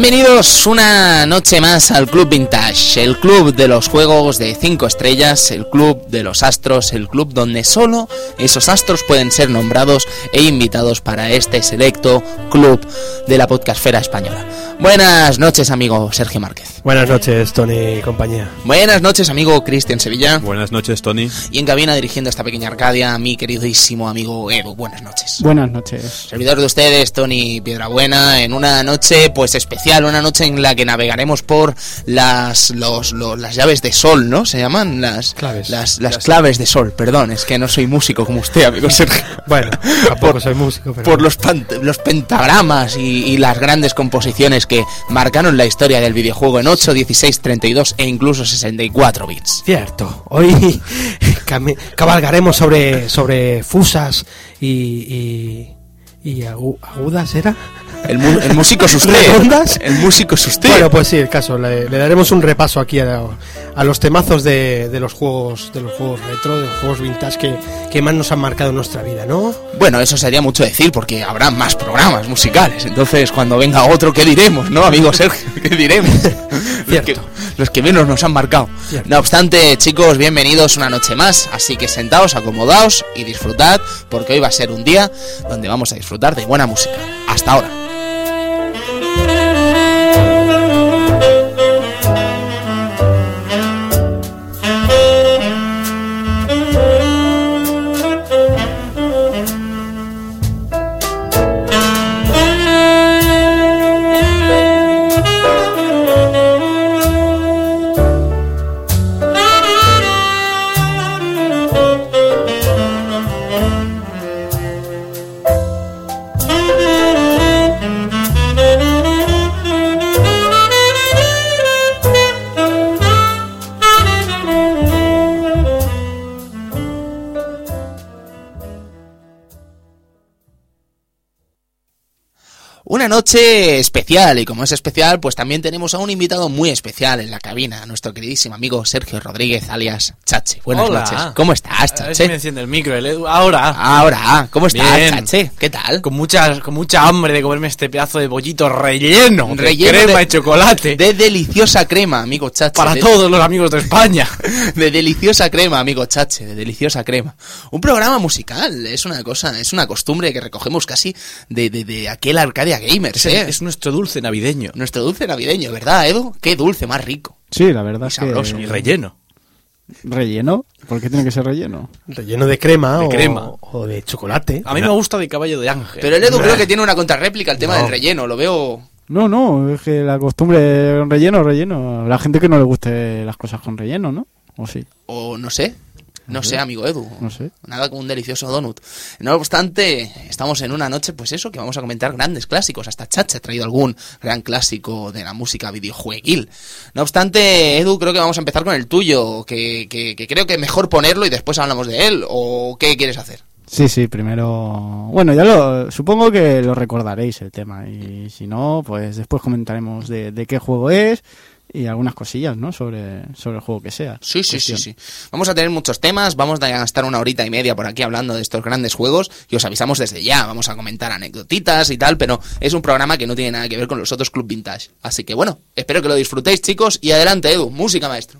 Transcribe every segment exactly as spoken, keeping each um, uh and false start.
Bienvenidos una noche más al Club Vintage, el club de los juegos de cinco estrellas, el club de los astros, el club donde solo esos astros pueden ser nombrados e invitados para este selecto club de la podcastfera española. Buenas noches, amigo Sergio Márquez. Buenas noches, Tony y compañía. Buenas noches, amigo Cristian Sevilla. Buenas noches, Tony. Y en cabina, dirigiendo esta pequeña Arcadia, mi queridísimo amigo Edu. Buenas noches. Buenas noches. Servidor de ustedes, Tony Piedrabuena, en una noche pues especial, una noche en la que navegaremos por las los, los las llaves de sol, ¿no? Se llaman las claves. Las, las claves de sol, perdón, es que no soy músico como usted, amigo Sergio. Bueno, tampoco por, soy músico, pero... Por los, pant- los pentagramas y, y las grandes composiciones que marcaron la historia del videojuego en ocho, dieciséis, treinta y dos e incluso sesenta y cuatro bits. Cierto, hoy cabalgaremos sobre, sobre fusas y, y, y agudas, ¿era? El, mu- el músico es usted. ¿Redondas? El músico es usted. Bueno, pues sí, el caso. Le, le daremos un repaso aquí a, a los temazos de, de los juegos, de los juegos retro, de los juegos vintage que, que más nos han marcado en nuestra vida, ¿no? Bueno, eso sería mucho decir porque habrá más programas musicales. Entonces, cuando venga otro, ¿qué diremos, no, amigo Sergio? ¿Qué diremos? los, que, los que menos nos han marcado. Cierto. No obstante, chicos, bienvenidos una noche más. Así que sentaos, acomodaos y disfrutad, porque hoy va a ser un día donde vamos a disfrutar de buena música. Hasta ahora. Una noche especial, y como es especial, pues también tenemos a un invitado muy especial en la cabina, a nuestro queridísimo amigo Sergio Rodríguez, alias Chache. Buenas Hola. noches. ¿Cómo estás, Chache? A ver si me enciende el micro, el Edu. Ahora. Ahora, ¿cómo estás, Bien. Chache? ¿Qué tal? Con mucha, con mucha hambre de comerme este pedazo de bollito relleno, Relleno de crema de- y chocolate. De deliciosa crema, amigo Chache. para de, todos los amigos de España. de deliciosa crema, amigo Chache, de deliciosa crema. Un programa musical, es una cosa, es una costumbre que recogemos casi de, de, de aquel Arcadia Gamers, Es, ¿eh? es nuestro dulce navideño. Nuestro dulce navideño, ¿verdad, Edu? Qué dulce más rico. Sí, la verdad Y es sabroso. que... Y relleno. ¿Relleno? ¿Por qué tiene que ser relleno? Relleno de crema, De o, crema. o de chocolate. A mí me gusta de caballo de ángel. Pero el Edu creo que tiene una contrarréplica al tema No. del relleno, lo veo... No, no, es que la costumbre relleno, relleno. La gente que no le guste las cosas con relleno, ¿no? ¿O sí? O no sé, no sé, amigo Edu. No sé. Nada como un delicioso donut. No obstante, estamos en una noche, pues eso, que vamos a comentar grandes clásicos. Hasta Chacha ha traído algún gran clásico de la música videojueguil. No obstante, Edu, creo que vamos a empezar con el tuyo, que, que, que creo que mejor ponerlo y después hablamos de él. ¿O qué quieres hacer? Sí, sí, primero... Bueno, ya lo... Supongo que lo recordaréis el tema. Y si no, pues después comentaremos de, de qué juego es y algunas cosillas, ¿no? Sobre, sobre el juego que sea. Sí, sí, sí, Cuestión. sí. Vamos a tener muchos temas, vamos a estar una horita y media por aquí hablando de estos grandes juegos y os avisamos desde ya, vamos a comentar anecdotitas y tal, pero es un programa que no tiene nada que ver con los otros Club Vintage. Así que bueno, espero que lo disfrutéis, chicos, y adelante, Edu, música, maestro.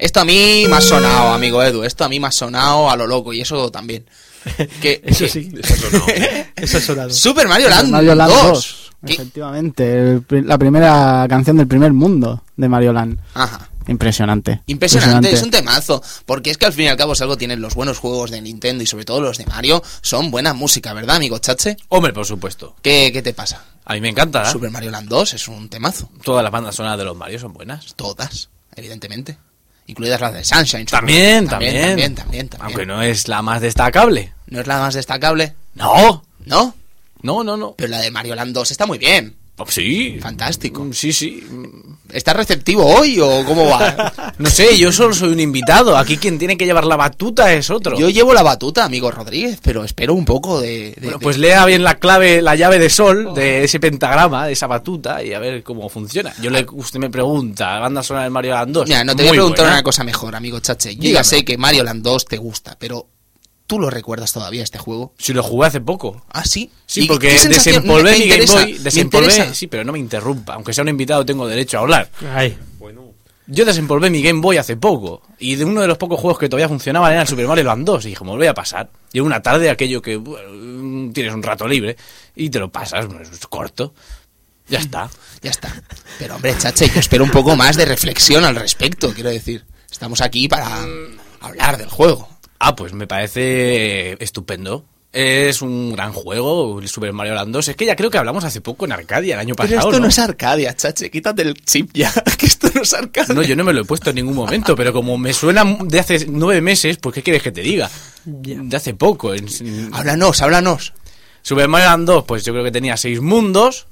Esto a mí me ha sonado, amigo Edu. Esto a mí me ha sonado a lo loco. Y eso también. Que, eso sí. Eso sonó. Eso ha sonado. Super Mario Land, Mario Land dos. dos. Efectivamente, el pri- la primera canción del primer mundo de Mario Land. Ajá. Impresionante. Impresionante, es un temazo. Porque es que al fin y al cabo, si algo tienen los buenos juegos de Nintendo y sobre todo los de Mario, son buena música, ¿verdad, amigo Chache? Hombre, por supuesto. ¿Qué, qué te pasa? A mí me encanta, ¿eh? Super Mario Land dos es un temazo. Todas las bandas sonoras de los Mario son buenas. Todas, evidentemente. Incluidas las de Sunshine. También, también, también. también, también, también. Aunque no es la más destacable. ¿No es la más destacable? No. ¿No? No, no, no. Pero la de Mario Land dos está muy bien. Oh, sí. Fantástico. Sí, sí. ¿Estás receptivo hoy o cómo va? No sé, yo solo soy un invitado. Aquí quien tiene que llevar la batuta es otro. Yo llevo la batuta, amigo Rodríguez, pero espero un poco de... de- Bueno, de- pues lea bien la clave, la llave de sol de ese pentagrama, de esa batuta, y a ver cómo funciona. Yo le, usted me pregunta, banda sonora del Mario Land dos. Mira, no te voy a muy preguntar buena. una cosa mejor, amigo Chache. Yo ya Dígame. sé que Mario Land dos te gusta, pero ¿tú lo recuerdas todavía este juego? Si lo jugué hace poco. ¿Ah, sí? Sí, ¿Y porque qué sensación- desempolvé me mi Game interesa, Boy, me desempolvé, interesa. sí, pero no me interrumpa. Aunque sea un invitado tengo derecho a hablar. Ay. Yo desempolvé mi Game Boy hace poco, y de uno de los pocos juegos que todavía funcionaban era el Super Mario Land dos, y dije, me lo voy a pasar. Y en una tarde aquello que bueno, tienes un rato libre, y te lo pasas, bueno, es corto. Ya está. Ya está. Pero hombre, Chache, yo espero un poco más de reflexión al respecto, quiero decir. Estamos aquí para hablar del juego. Ah, pues me parece estupendo. Es un gran juego, el Super Mario Land dos. Es que ya creo que hablamos hace poco en Arcadia, el año Pero pasado, esto no ¿no? es Arcadia, Chache, quítate el chip ya, que esto no es Arcadia. No, yo no me lo he puesto en ningún momento, pero como me suena de hace nueve meses, pues ¿qué quieres que te diga? De hace poco. En- Háblanos, háblanos. Super Mario Land dos, pues yo creo que tenía seis mundos.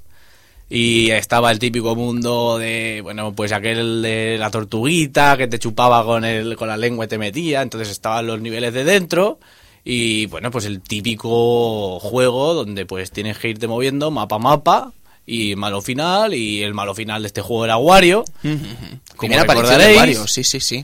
Y estaba el típico mundo de, bueno, pues aquel de la tortuguita que te chupaba con el con la lengua y te metía. Entonces estaban los niveles de dentro. Y bueno, pues el típico juego donde pues tienes que irte moviendo mapa a mapa. Y malo final. Y el malo final de este juego era Wario. Como Primera aparición de recordaréis. Wario, sí, sí, sí.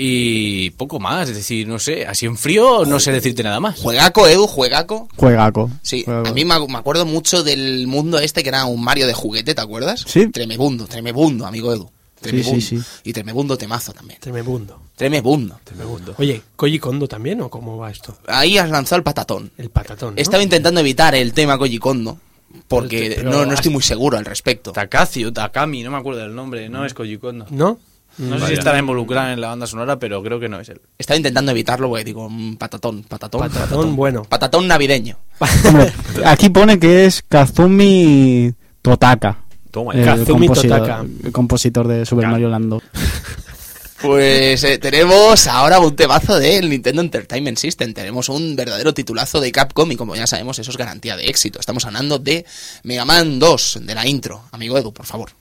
Y poco más, es decir, no sé, así en frío no sé decirte nada más. Juegaco, Edu, juegaco. Juegaco. Sí, Juego. a mí me ac- me acuerdo mucho del mundo este que era un Mario de juguete, ¿te acuerdas? Sí. Tremebundo, tremebundo, amigo Edu. Tremebundo. sí, sí. Y tremebundo temazo también. Tremebundo. Tremebundo. Tremebundo. Oye, ¿Koji Kondo también o cómo va esto? Ahí has lanzado el patatón. El patatón, ¿no? He estado intentando evitar el tema Koji Kondo porque Pero- no, no estoy muy seguro al respecto. Takashi o Takami, no me acuerdo del nombre, no es Koji Kondo. ¿No? No sé Vaya. si estará involucrado en la banda sonora, pero creo que no es él. He estado intentando evitarlo porque digo, mm, patatón, patatón, Patatón, bueno. Patatón navideño. Hombre, aquí pone que es Kazumi Totaka. Toma, El Kazumi compositor, Totaka. el compositor de Super Mario Land dos. Pues eh, tenemos ahora un temazo del Nintendo Entertainment System. Tenemos un verdadero titulazo de Capcom y como ya sabemos eso es garantía de éxito. Estamos hablando de Mega Man dos, de la intro. Amigo Edu, por favor.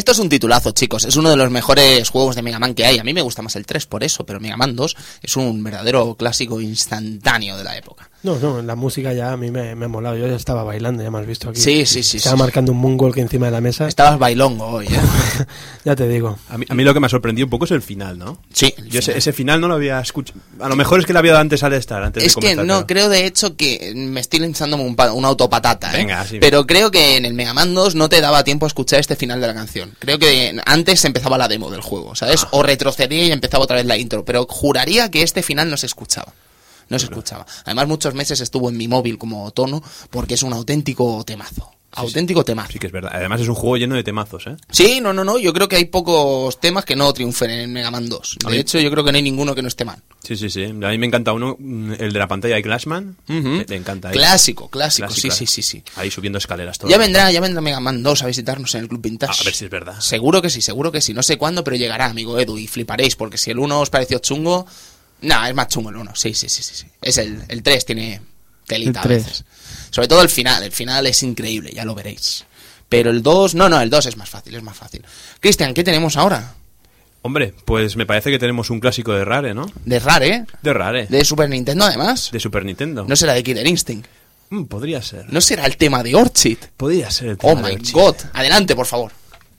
Esto es un titulazo, chicos. Es uno de los mejores juegos de Mega Man que hay. A mí me gusta más el tres por eso, pero Mega Man dos es un verdadero clásico instantáneo de la época. No, no, la música ya a mí me, me ha molado. Yo ya estaba bailando, ya me has visto aquí. Sí, sí, sí. Estaba sí, marcando sí. un moonwalk encima de la mesa. Estabas bailongo hoy, ¿eh? Ya te digo. A mí, a mí lo que me ha sorprendido un poco es el final, ¿no? Sí. Yo ese, ese final no lo había escuchado. A lo mejor es que lo había dado antes al estar. Antes Es de que comenzar, no, creo. creo de hecho que me estoy lanzando un, pa- una autopatata, ¿eh? Venga, sí. Pero creo que en el Mega Man dos no te daba tiempo a escuchar este final de la canción. Creo que antes empezaba la demo del juego, ¿sabes? Ah. O retrocedía y empezaba otra vez la intro. Pero juraría que este final no se escuchaba. No se escuchaba. Además, muchos meses estuvo en mi móvil como tono porque es un auténtico temazo. Auténtico temazo. Sí que es verdad. Además es un juego lleno de temazos, ¿eh? Sí, no, no, no. Yo creo que hay pocos temas que no triunfen en Mega Man dos. A De mí- hecho, yo creo que no hay ninguno que no esté mal. Sí, sí, sí. A mí me encanta uno, mm, el de la pantalla de Clashman. Ujú. me, me encanta. ahí. Clásico, clásico. Clásico, Sí, eh. sí, sí, sí. Ahí subiendo escaleras todo. Ya el rato. vendrá, ya vendrá Mega Man dos a visitarnos en el Club Vintage. A ver si es verdad. Seguro que sí, seguro que sí. No sé cuándo, pero llegará, amigo Edu, y fliparéis, porque si el uno os pareció chungo... No, es más chungo el uno, sí, sí, sí, sí. sí. Es el, el tres, tiene telita El a tres. veces. Sobre todo el final, el final es increíble, ya lo veréis. Pero el dos, no, no, el dos es más fácil, es más fácil. Cristian, ¿qué tenemos ahora? Hombre, pues me parece que tenemos un clásico de Rare, ¿no? De Rare, De Rare. de Super Nintendo además. De Super Nintendo. No será de Killer Instinct. Mm, podría ser. No será el tema de Orchid. Podría ser el Oh tema de my Orchid. god. Adelante, por favor.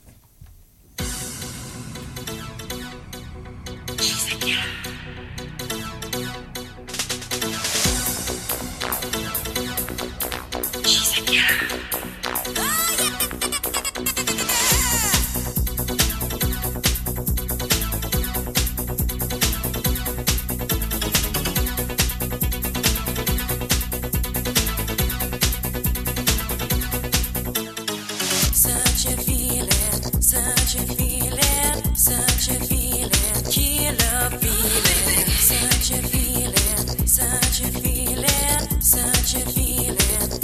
Such a feeling, such a feeling, such a feeling, killer feeling. Such a feeling, such a feeling, such a feeling.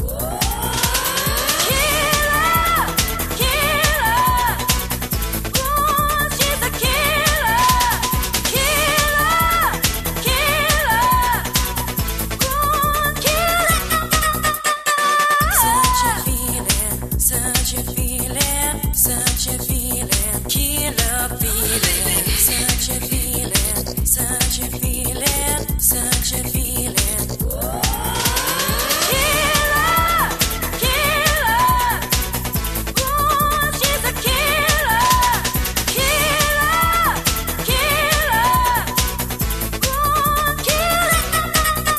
Killer, killer. Ooh, she's a killer. Killer, killer. Ooh, killer. Such a feeling, such a feeling, such a feeling, killer feeling. Such a feeling, such a feeling, such a feeling. Killer, killer. Ooh, she's a killer. Killer, killer. Ooh, killer.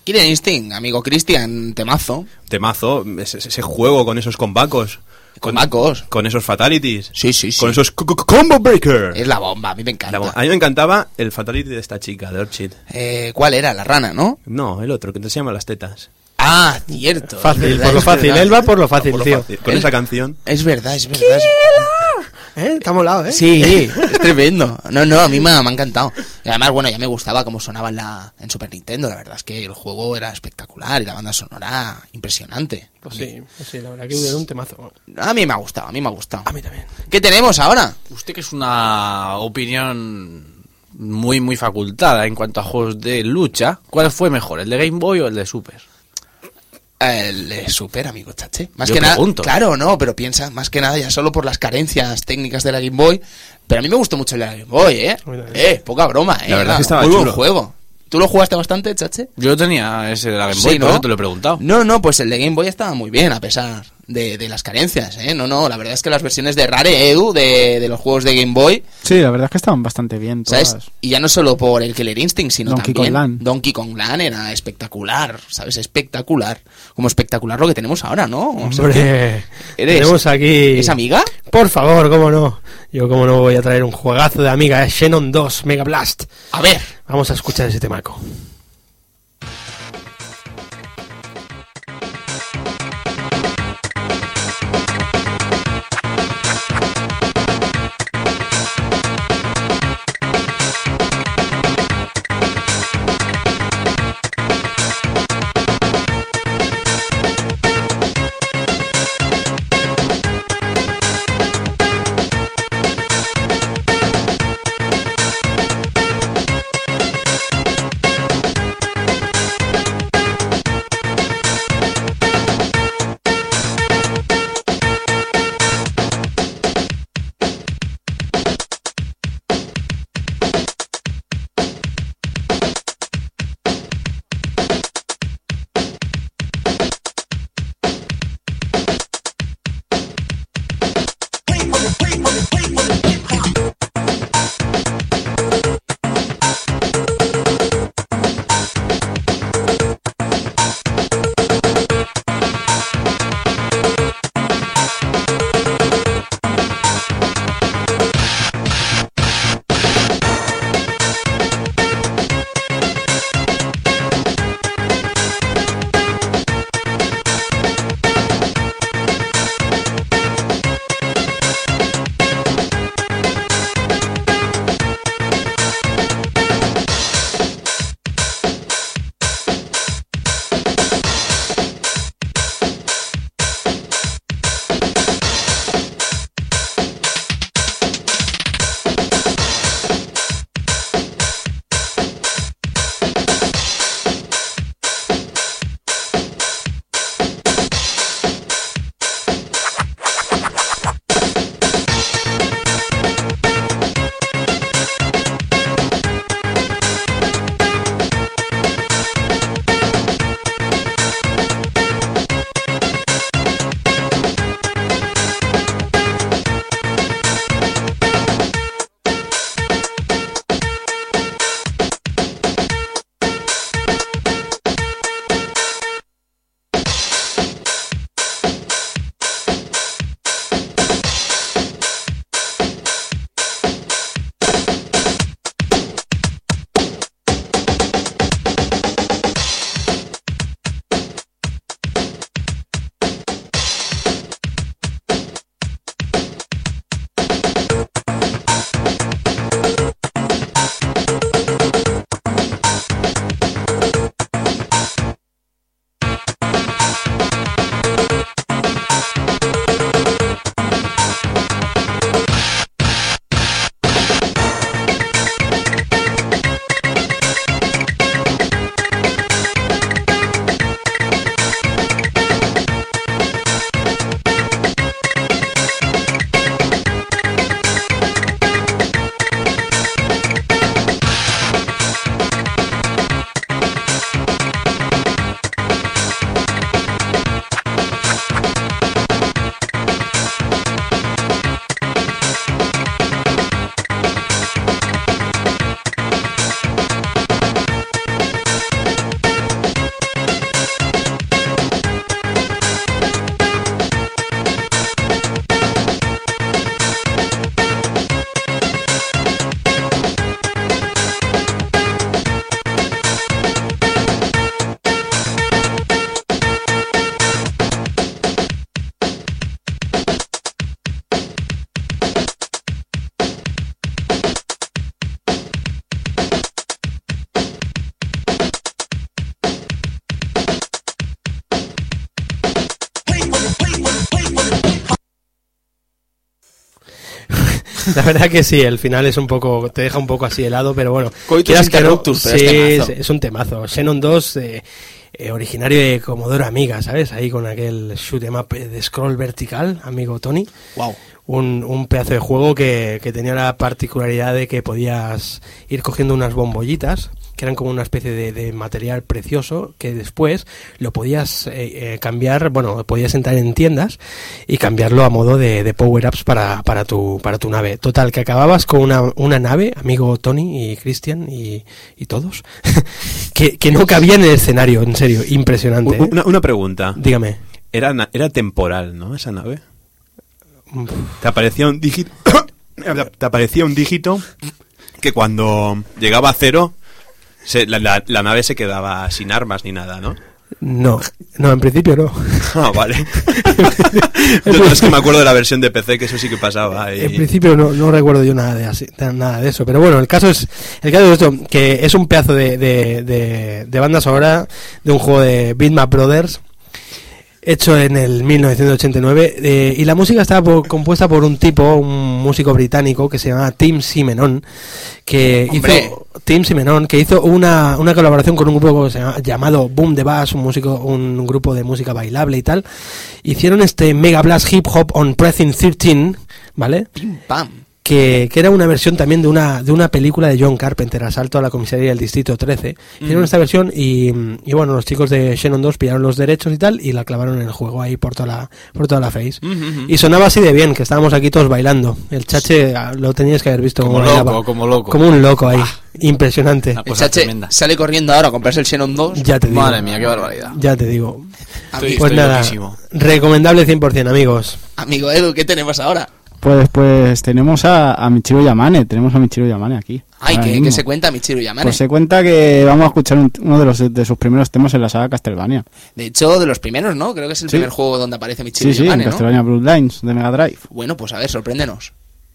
Killer Instinct, amigo Cristian, temazo. Temazo, ese, ese juego con esos combacos. Con Macos. Con esos fatalities. Sí, sí, sí. Con esos co- co- combo breaker. Es la bomba, a mí me encanta. La bomba. A mí me encantaba el fatality de esta chica, de Orchid. Eh, ¿Cuál era? La rana, ¿no? No, el otro, que te se llama las tetas. Ah, cierto. Fácil, es verdad, por lo es fácil. verdad. Él va por lo fácil, Por lo tío. fácil. Con El- esa canción. Es verdad, es verdad. es- ¿Eh? Está molado, ¿eh? Sí, es tremendo. No, no, a mí me ha, me ha encantado. Y además, bueno, ya me gustaba cómo sonaba en, la, en Super Nintendo. La verdad es que el juego era espectacular y la banda sonora impresionante. Pues sí, pues sí, la verdad que era un temazo. A mí me ha gustado, a mí me ha gustado. A mí también. ¿Qué tenemos ahora? Usted que es una opinión muy, muy facultada en cuanto a juegos de lucha, ¿cuál fue mejor, el de Game Boy o el de Super? El eh, Super, amigo Chache. Más Yo que nada, pregunto. claro, no, pero piensa más que nada ya solo por las carencias técnicas de la Game Boy. Pero a mí me gustó mucho el de la Game Boy, ¿eh? A mí también. Eh, poca broma, ¿eh? La verdad es que estaba muy buen chulo. juego. ¿Tú lo jugaste bastante, Chache? Yo tenía ese de la Game Sí, Boy, ¿no? por eso te lo he preguntado. No, no, pues el de Game Boy estaba muy bien, a pesar de, de las carencias, ¿eh? No, no, la verdad es que las versiones de Rare Edu de, de los juegos de Game Boy, Sí, la verdad es que estaban bastante bien todas. ¿sabes? Y ya no solo por el Killer Instinct, sino Donkey también Kong Land. Donkey Kong Land era espectacular, ¿sabes? Espectacular. Como espectacular lo que tenemos ahora, ¿no? O sea, Hombre, ¿eres- tenemos aquí... ¿Es amiga? Por favor, cómo no. Yo cómo no voy a traer un juegazo de Amiga, es Xenon dos Mega Blast. A ver. Vamos a escuchar ese temaco. La verdad que sí, el final es un poco, te deja un poco así helado, pero bueno. Coitus quieras que no, interruptus, pero sí, es es, temazo. es un temazo. Xenon dos, eh, eh, originario de Commodore Amiga, ¿sabes? Ahí con aquel shoot 'em up de scroll vertical, amigo Tony. Wow. Un, un pedazo de juego que, que tenía la particularidad de que podías ir cogiendo unas bombollitas que eran como una especie de, de material precioso que después lo podías eh, eh, cambiar, bueno, podías entrar en tiendas y cambiarlo a modo de, de power-ups para, para, tu, para tu nave. Total, que acababas con una, una nave, amigo Tony y Cristian y, y todos, que, que no cabía en el escenario, en serio, impresionante. ¿eh? Una, una pregunta. Dígame. Era, na- era temporal, ¿no? Esa nave. Te aparecía un dígito. Te aparecía un dígito que cuando llegaba a cero, se- la, la- la nave se quedaba sin armas ni nada, ¿no? No, no, en principio no. Ah, vale. Yo, es que me acuerdo de la versión de P C, que eso sí que pasaba. Y... En principio no, no recuerdo yo nada de, así, de nada de eso, pero bueno, el caso es el caso es esto, que es un pedazo de, de, de, de banda sonora de un juego de Bitmap Brothers hecho en el mil novecientos ochenta y nueve, eh, y la música estaba por- compuesta por un tipo, un músico británico que se llama Tim Simenon, que ¡Hombre! hizo Tim Simenon, que hizo una, una colaboración con un grupo que se llama- llamado Boom the Bass, un músico, un grupo de música bailable y tal. Hicieron este Mega Blast Hip Hop on Precinct trece, ¿vale? Pim, pam. Que, que era una versión también de una de una película de John Carpenter, Asalto a la comisaría del Distrito trece. Hicieron esta versión y, y bueno, los chicos de Xenon dos pillaron los derechos y tal y la clavaron en el juego ahí por toda la por toda la face. Y sonaba así de bien, que estábamos aquí todos bailando. El chache ah, lo tenías que haber visto Como bailaba. loco, como loco. Como un loco ahí. Impresionante. Una El cosa chache tremenda. sale corriendo ahora a comprarse el Xenon dos. Ya te digo. Madre mía, qué barbaridad. Ya te digo. Estoy, Pues estoy nada, loquísimo. recomendable cien por ciento, amigos. Amigo Edu, ¿qué tenemos ahora? Pues, pues tenemos a, a Michiru Yamane, tenemos a Michiru Yamane aquí. Ay, ahora ¿qué, mismo. qué se cuenta Michiru Yamane? Pues se cuenta que vamos a escuchar un- uno de los de sus primeros temas en la saga Castlevania. De hecho, de los primeros, ¿no? Creo que es el Sí. primer juego donde aparece Michiru Sí, sí, en Yamane, ¿no? Castlevania Bloodlines de Mega Drive. Bueno, pues a ver, sorpréndenos.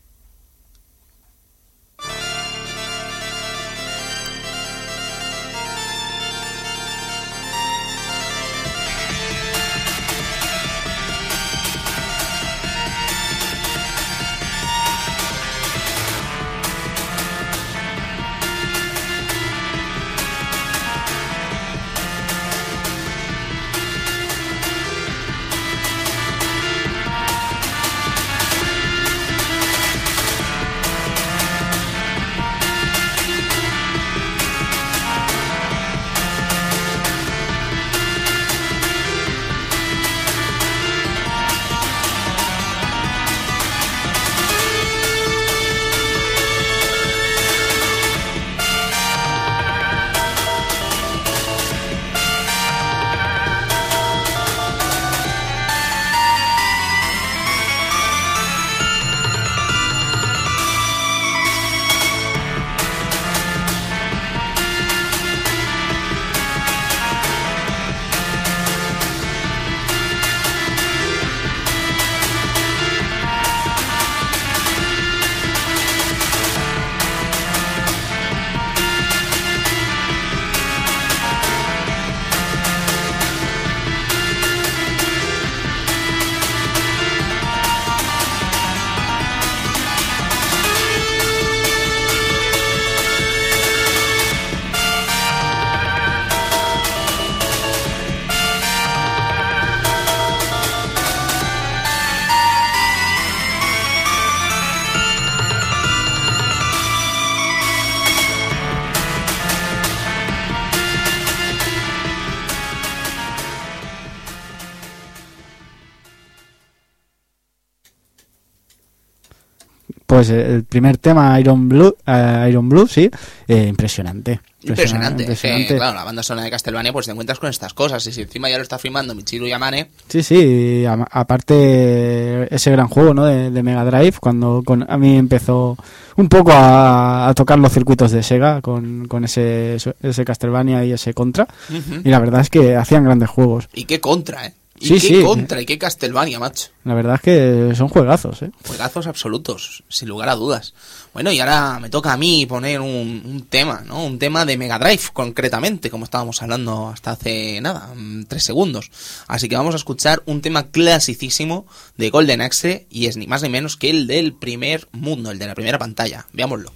Pues eh, el primer tema, Iron Blue, eh, Iron Blue, sí, eh, impresionante. Impresionante. impresionante. Que, claro, la banda sonora de Castlevania, pues te encuentras con estas cosas. Y si encima ya lo está firmando Michiru Yamane, Sí, sí, a- aparte ese gran juego, ¿no? de, de Mega Drive, cuando con, a mí empezó un poco a, a tocar los circuitos de Sega con, con ese, ese Castlevania y ese Contra, y la verdad es que hacían grandes juegos. y qué contra, ¿eh? Y Sí, qué sí. Contra y qué Castlevania, macho. La verdad es que son juegazos, ¿eh? Juegazos absolutos, sin lugar a dudas. Bueno, y ahora me toca a mí poner un, un tema, ¿no? Un tema de Mega Drive, concretamente, como estábamos hablando hasta hace, nada, mm, tres segundos. Así que vamos a escuchar un tema clasicísimo de Golden Axe, y es ni más ni menos que el del primer mundo, el de la primera pantalla. Veámoslo.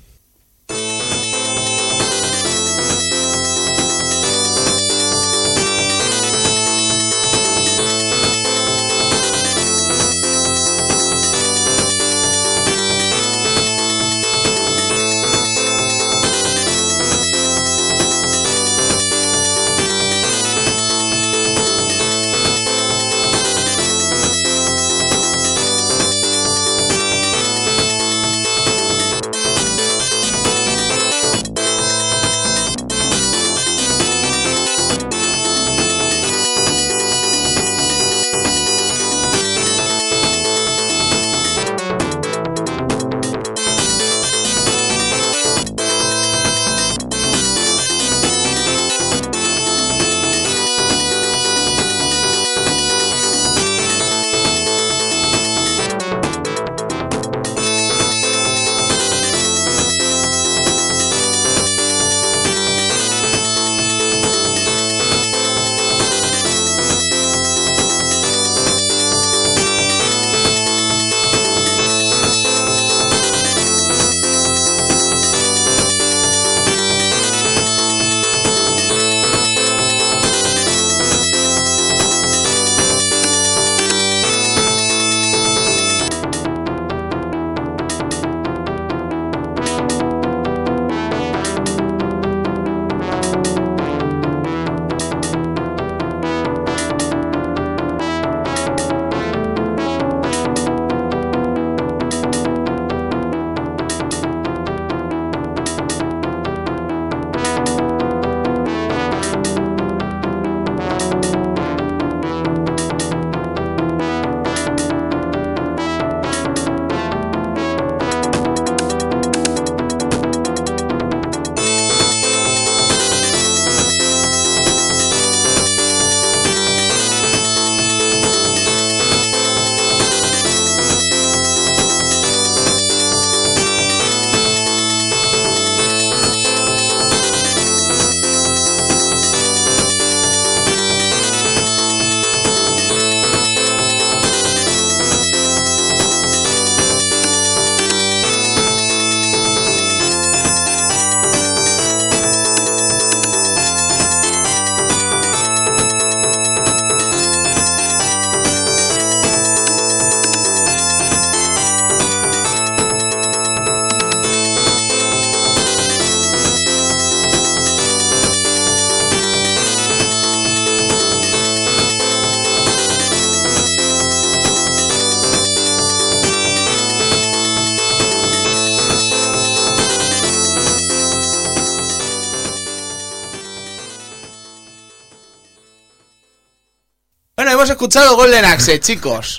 Bueno, hemos escuchado Golden Axe, chicos.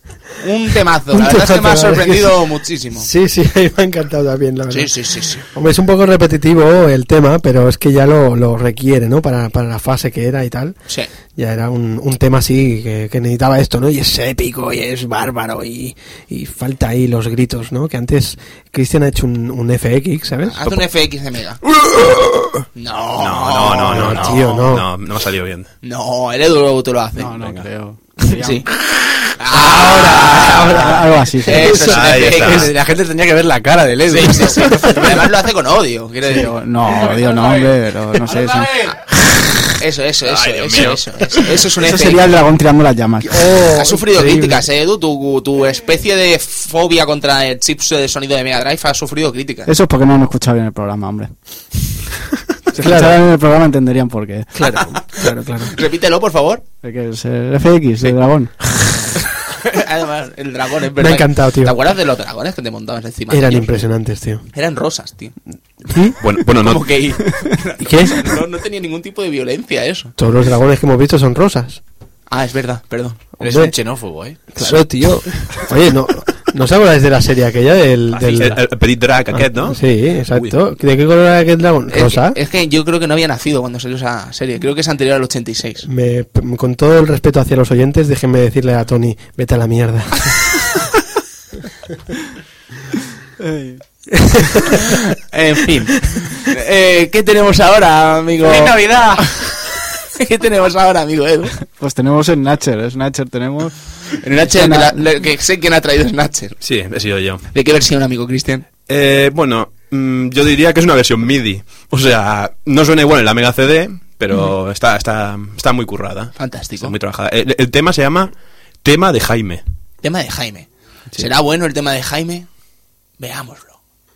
Un temazo, la verdad es que me ha sorprendido muchísimo. Sí, sí, a mí me ha encantado también, la verdad. Sí, sí, sí, sí. Hombre, es un poco repetitivo el tema, pero es que ya lo, lo requiere, ¿no? Para, para la fase que era y tal. Sí. Ya era un, un tema así que, que necesitaba esto, ¿no? Y es épico y es bárbaro y, y falta ahí los gritos, ¿no? Que antes Cristian ha hecho un, un F X, ¿sabes? Haz un F X de Mega. No, No, no, no, no, tío, no. no, no me ha salido bien. No, el Edu tú lo haces. No, no Venga. creo. Sí. Ahora, ahora, algo así. Sí. Eso es un Ahí F X. está. La gente tendría que ver la cara del Edu. Sí, sí, sí. Además lo hace con odio. Quiero Sí, decir. o- no, digo no, hombre, pero no sé. Eso, Eso, eso, eso, Ay, Dios eso, mío. eso, eso, eso es un eso F X. sería el dragón tirando las llamas. Has sufrido increíble. críticas, eh, Edu. Tu, tu especie de fobia contra el chip de sonido de Mega Drive ha sufrido críticas. Eso es porque no han escuchado bien el programa, hombre. Si Claro. escucharan el programa entenderían por qué. Claro, claro, claro. Repítelo, por favor. ¿De qué es el F X, el dragón? Además, el dragón, es Me verdad. ha encantado, tío. ¿Te acuerdas de los dragones que te montabas encima? Eran de ellos? impresionantes, tío. Eran rosas, tío. Bueno, bueno no, Como que ¿Y qué? no, no tenía ningún tipo de violencia eso. Todos los dragones que hemos visto son rosas. Ah, es verdad, perdón. Eres Hombre. un xenófobo, ¿eh? Claro, tío. Oye, no, ¿No os acordáis de la serie aquella del... del... El, el Petit Drac aquest, ¿no? Sí, exacto. ¿De qué color era aquel dragón? Es ¿Rosa? que, es que yo creo que no había nacido cuando salió esa serie. Creo que es anterior al ochenta y seis. Me, con todo el respeto hacia los oyentes, déjenme decirle a Tony, vete a la mierda. En fin. Eh, ¿Qué tenemos ahora, amigo? ¡Feliz Navidad! ¿Qué tenemos ahora, amigo Edu? Pues tenemos Snatcher, Snatcher tenemos... En Snatcher, que, la- le- que sé quién ha traído Snatcher. Sí, he sido yo. ¿De qué versión, amigo Cristian? Eh, bueno, mm, yo diría que es una versión MIDI. O sea, no suena igual en la Mega C D, pero uh-huh. está, está, está muy currada. Fantástico. Está muy trabajada. El, el tema se llama Tema de Jaime. Tema de Jaime. Sí. ¿Será bueno el tema de Jaime? Veámoslo.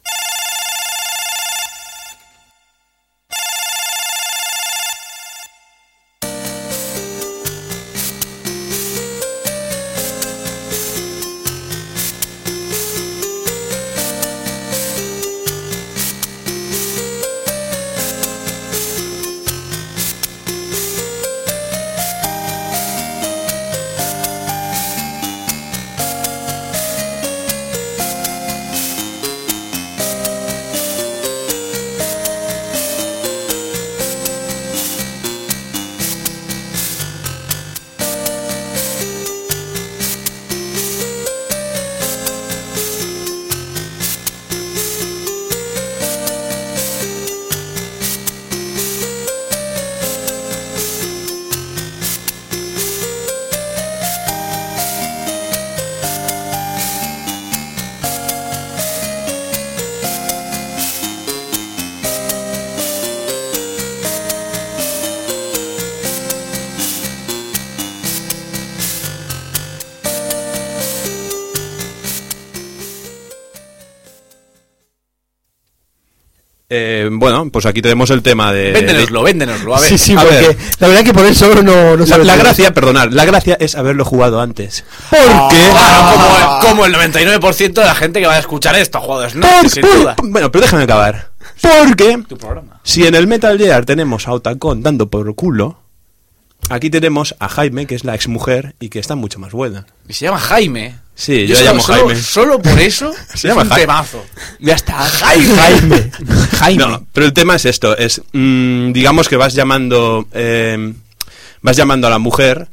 Eh, bueno, pues aquí tenemos el tema de... Véndenoslo, véndenoslo, a ver. Sí, sí, a porque ver. la verdad que por eso no, no La, sabes la qué- gracia, perdonad, la gracia es haberlo jugado antes. ¿Por Ah, qué? Claro, como, como el noventa y nueve por ciento de la gente que va a escuchar esto, joder, Snatcher, sin Por- duda. Bueno, pero déjame acabar. Porque Tu programa. si en el Metal Gear tenemos a Otacon dando por culo, aquí tenemos a Jaime, que es la exmujer y que está mucho más buena. Y se llama Jaime. Sí, yo solo, le llamo solo- Jaime. Solo por eso Se es llama un Jaime. temazo. Ya está. Jaime. Jaime. Jaime. No, pero el tema es esto, es mm, digamos que vas llamando eh, vas llamando a la mujer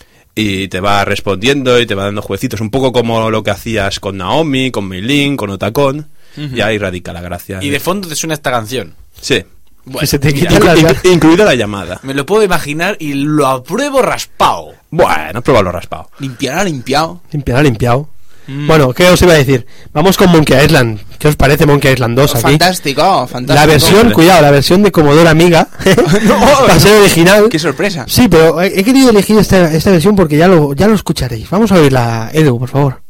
y te va respondiendo y te va dando jueguecitos, un poco como lo que hacías con Naomi, con Meilin, con Otacon, y ahí radica la gracia. Y de fondo te suena esta canción. Sí. Que se te mira, quita la- Inclu- incluida la llamada. Me lo puedo imaginar y lo apruebo raspado. Bueno, pruébalo raspado. Limpiará limpiado. Limpiado, limpiado. Bueno, ¿qué os iba a decir? Vamos con Monkey Island. ¿Qué os parece Monkey Island dos aquí? Fantástico, fantástico. La versión, Hombre. cuidado, la versión de Commodore Amiga. Va a ser original. Qué sorpresa. Sí, pero he he querido elegir esta, esta versión porque ya lo, ya lo escucharéis. Vamos a oírla, Edu, por favor.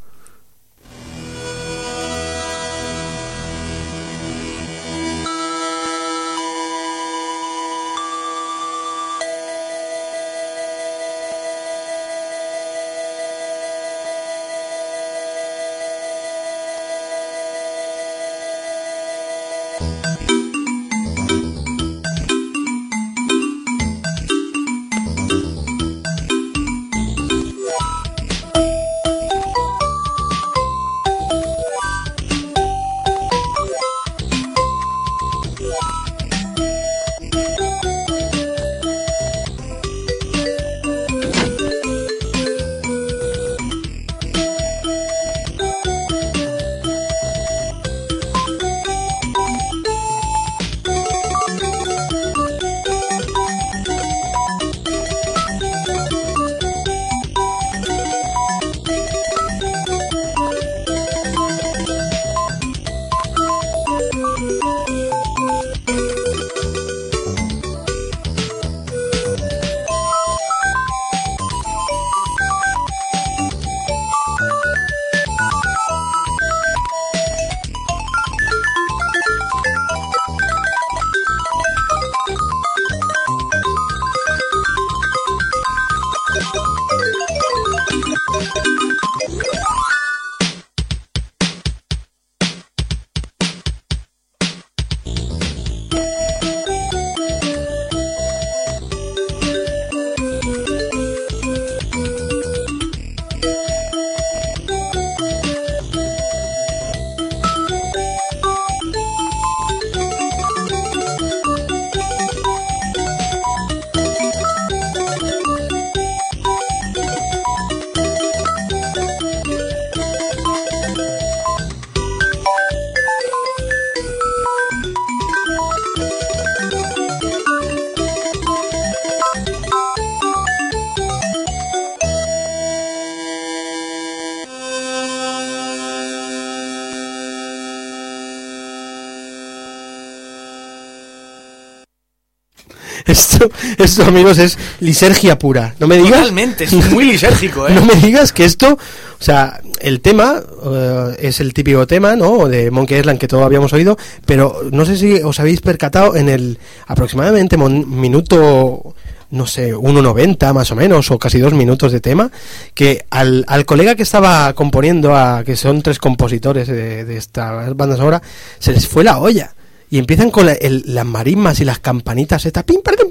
Esto, esto, amigos, es lisergia pura. No me digas. Totalmente, es muy lisérgico, ¿eh? No me digas que esto, o sea, el tema uh, es el típico tema, ¿no? De Monkey Island que todos habíamos oído, pero no sé si os habéis percatado en el aproximadamente mon- minuto, no sé, uno noventa más o menos, o casi dos minutos de tema, que al, al colega que estaba componiendo, a, que son tres compositores de, de esta banda sonora, se les fue la olla. Y empiezan con la, el, las marismas y las campanitas estas.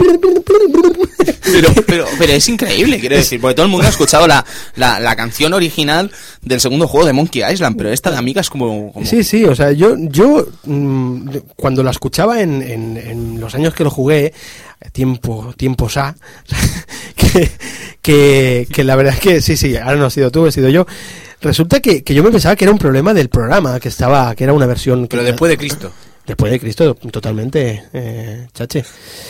Pero, pero, pero es increíble, quiero decir, porque todo el mundo ha escuchado la, la, la canción original del segundo juego de Monkey Island, pero esta de Amiga es como... como... Sí, sí, o sea, yo yo mmm, cuando la escuchaba en, en, en los años que lo jugué, tiempo, tiempos A, que, que, que la verdad es que sí, sí, ahora no has sido tú, he sido yo. Resulta que, que yo me pensaba que era un problema del programa, que estaba, que era una versión... Pero que, después de Cristo. Después de Cristo, totalmente, eh, chache.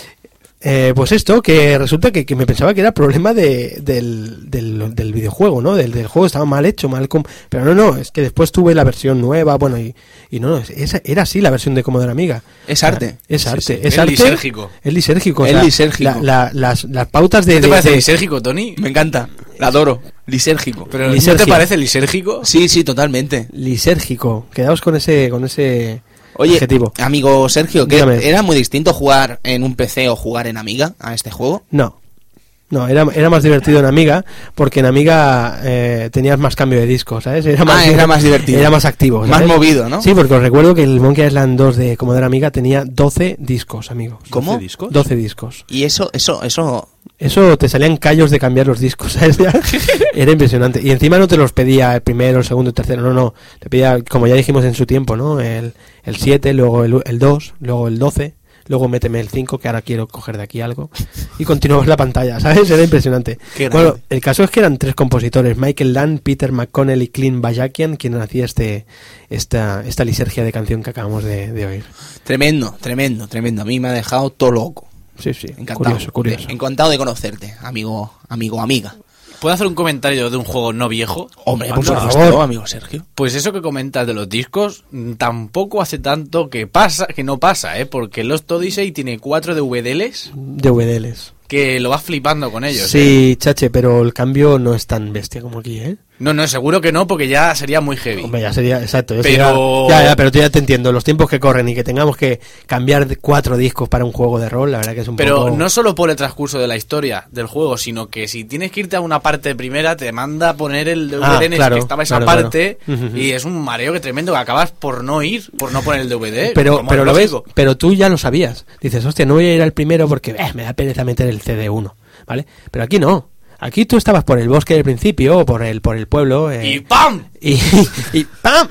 Eh, pues esto, que resulta que, que me pensaba que era problema de, del, del, del videojuego, ¿no? Del, del juego estaba mal hecho, mal... Com- pero no, no, es que después tuve la versión nueva, bueno, y, y no, no, esa era así la versión de Commodore Amiga. Es arte. Es arte, Sí, sí. es Es arte. lisérgico. Es lisérgico. o Es sea, lisérgico. la- la- las, las pautas de... ¿Qué te de- parece de- lisérgico, Tony? Me encanta, la adoro, lisérgico. Pero ¿no Lisergia. te parece lisérgico? Sí, sí, totalmente. lisérgico. Quedaos con ese, con ese Oye, adjetivo. amigo Sergio, ¿qué, Dígame. ¿era muy distinto jugar en un P C o jugar en Amiga a este juego? No. No, era, era más divertido en Amiga, porque en Amiga eh, tenías más cambio de discos, ¿sabes? Era Ah, era más divertido. Era más activo. Más ¿sabes? movido, ¿no? Sí, porque os recuerdo que el Monkey Island dos de Commodore Amiga tenía doce discos, amigos. ¿Cómo? ¿doce discos? doce discos. Y eso, eso, eso... Eso te salían callos de cambiar los discos, ¿sabes? Era impresionante. Y encima no te los pedía el primero, el segundo, el tercero, no, no. Te pedía, como ya dijimos en su tiempo, ¿no? El, el siete, luego el, el dos, luego el doce, luego méteme el cinco, que ahora quiero coger de aquí algo. Y continuabas la pantalla, ¿sabes? Era impresionante. Qué Bueno, grande. el caso es que eran tres compositores, Michael Land, Peter McConnell y Clint Bajakian, quien hacía este, esta, esta lisergia de canción que acabamos de, de oír. Tremendo, tremendo, tremendo. A mí me ha dejado todo loco. Sí, sí, Encantado. curioso, curioso. De- encantado de conocerte, amigo, amigo, amiga. ¿Puedo hacer un comentario de un juego no viejo? Hombre, Por por favor. supuesto, amigo Sergio. Pues eso que comentas de los discos, mm, tampoco hace tanto que pasa, que no pasa, ¿eh? Porque Lost Odyssey tiene cuatro D V Ds D V Ds. que lo vas flipando con ellos, ¿eh? Sí, chache, pero el cambio no es tan bestia como aquí, ¿eh? No, no, seguro que no, porque ya sería muy heavy. Hombre, ya sería, exacto. ya Pero- sería- ya, ya, pero tú ya te entiendo. Los tiempos que corren y que tengamos que cambiar de cuatro discos para un juego de rol, la verdad que es un Pero poco... no solo por el transcurso de la historia del juego, sino que si tienes que irte a una parte primera, te manda a poner el D V D Ah, en el claro, que estaba esa claro, parte, claro. Ujú. y es un mareo que tremendo que acabas por no ir, por no poner el D V D. Pero, como pero es lo ves, lógico. pero tú ya lo sabías. Dices, hostia, no voy a ir al primero porque eh, me da pereza meter el C D uno, ¿vale? Pero aquí no. Aquí tú estabas por el bosque del principio o por el, por el pueblo. eh, ¡Y ¡pam! y, y ¡pam!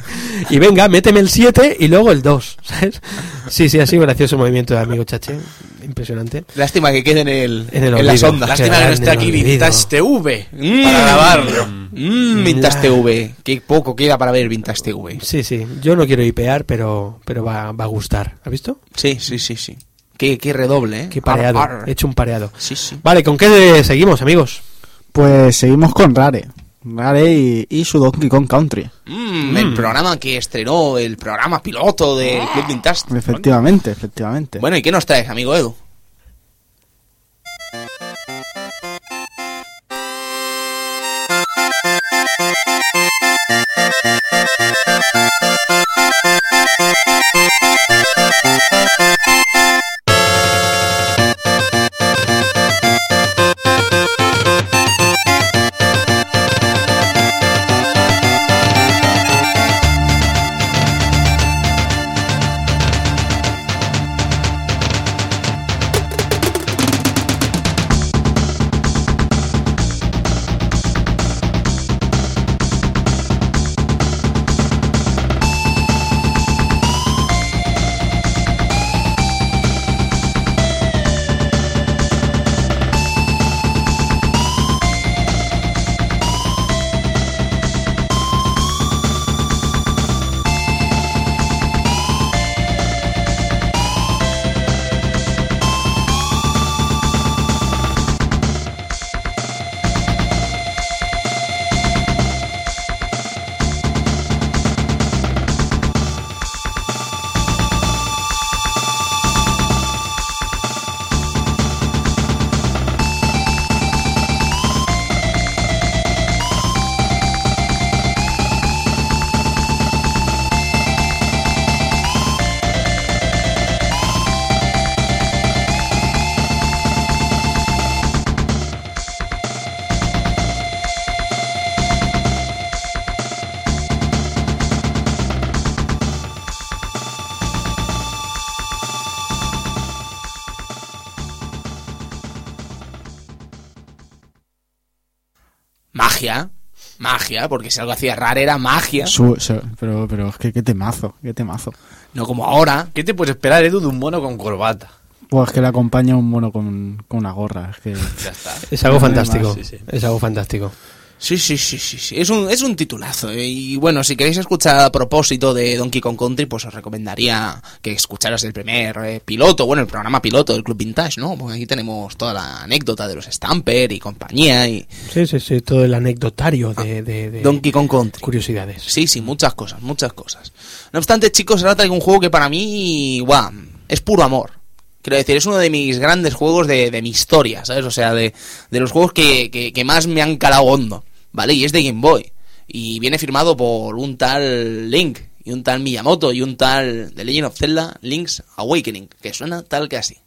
Y venga, méteme el siete y luego el dos, ¿sabes? Sí, sí, ha sido gracioso el movimiento de amigo Chache. Impresionante. Lástima que quede en, el, En el en olvido. las ondas. Lástima que quedará no en esté el aquí olvido. Vintage T V Mm. para grabarlo. Mmm, Vintage La- T V. Qué poco queda para ver Vintage T V. Sí, sí. Yo no quiero hipear, pero, pero va, va a gustar. ¿Has visto? Sí, sí, sí, sí. Qué, qué redoble, ¿eh? Qué pareado. Ar, ar. He hecho un pareado. Sí, sí. Vale, ¿con qué seguimos, amigos? Pues seguimos con Rare. Rare y, y su Donkey Kong Country. Mm, el programa que estrenó, el programa piloto del Club Vintage. Efectivamente, efectivamente. Bueno, ¿y qué nos traes, amigo Edu? magia, magia, porque si algo hacía raro era magia. Su, su, pero, pero es que qué temazo, qué temazo. No como ahora. ¿Qué te puedes esperar, Edu, de un mono con corbata? Pues es que le acompaña un mono con, con una gorra. Es que Ya está. Es algo No hay fantástico. más, sí, sí. Es algo fantástico. Sí, sí, sí, sí, sí. Es un, es un titulazo. ¿eh? Y bueno, si queréis escuchar a propósito de Donkey Kong Country, pues os recomendaría que escucharas el primer eh, piloto, bueno, el programa piloto del Club Vintage, ¿no? Porque aquí tenemos toda la anécdota de los Stamper y compañía y Sí, sí, sí, todo el anecdotario de, de, de Donkey Kong Country. curiosidades. Sí, sí, muchas cosas, muchas cosas. No obstante, chicos, ahora traigo un juego que para mí, guau, es puro amor. Quiero decir, es uno de mis grandes juegos de, de mi historia, ¿sabes? O sea, de, de los juegos que, que, que más me han calado hondo, ¿vale? Y es de Game Boy. Y viene firmado por un tal Link, y un tal Miyamoto, y un tal The Legend of Zelda Link's Awakening, que suena tal que así.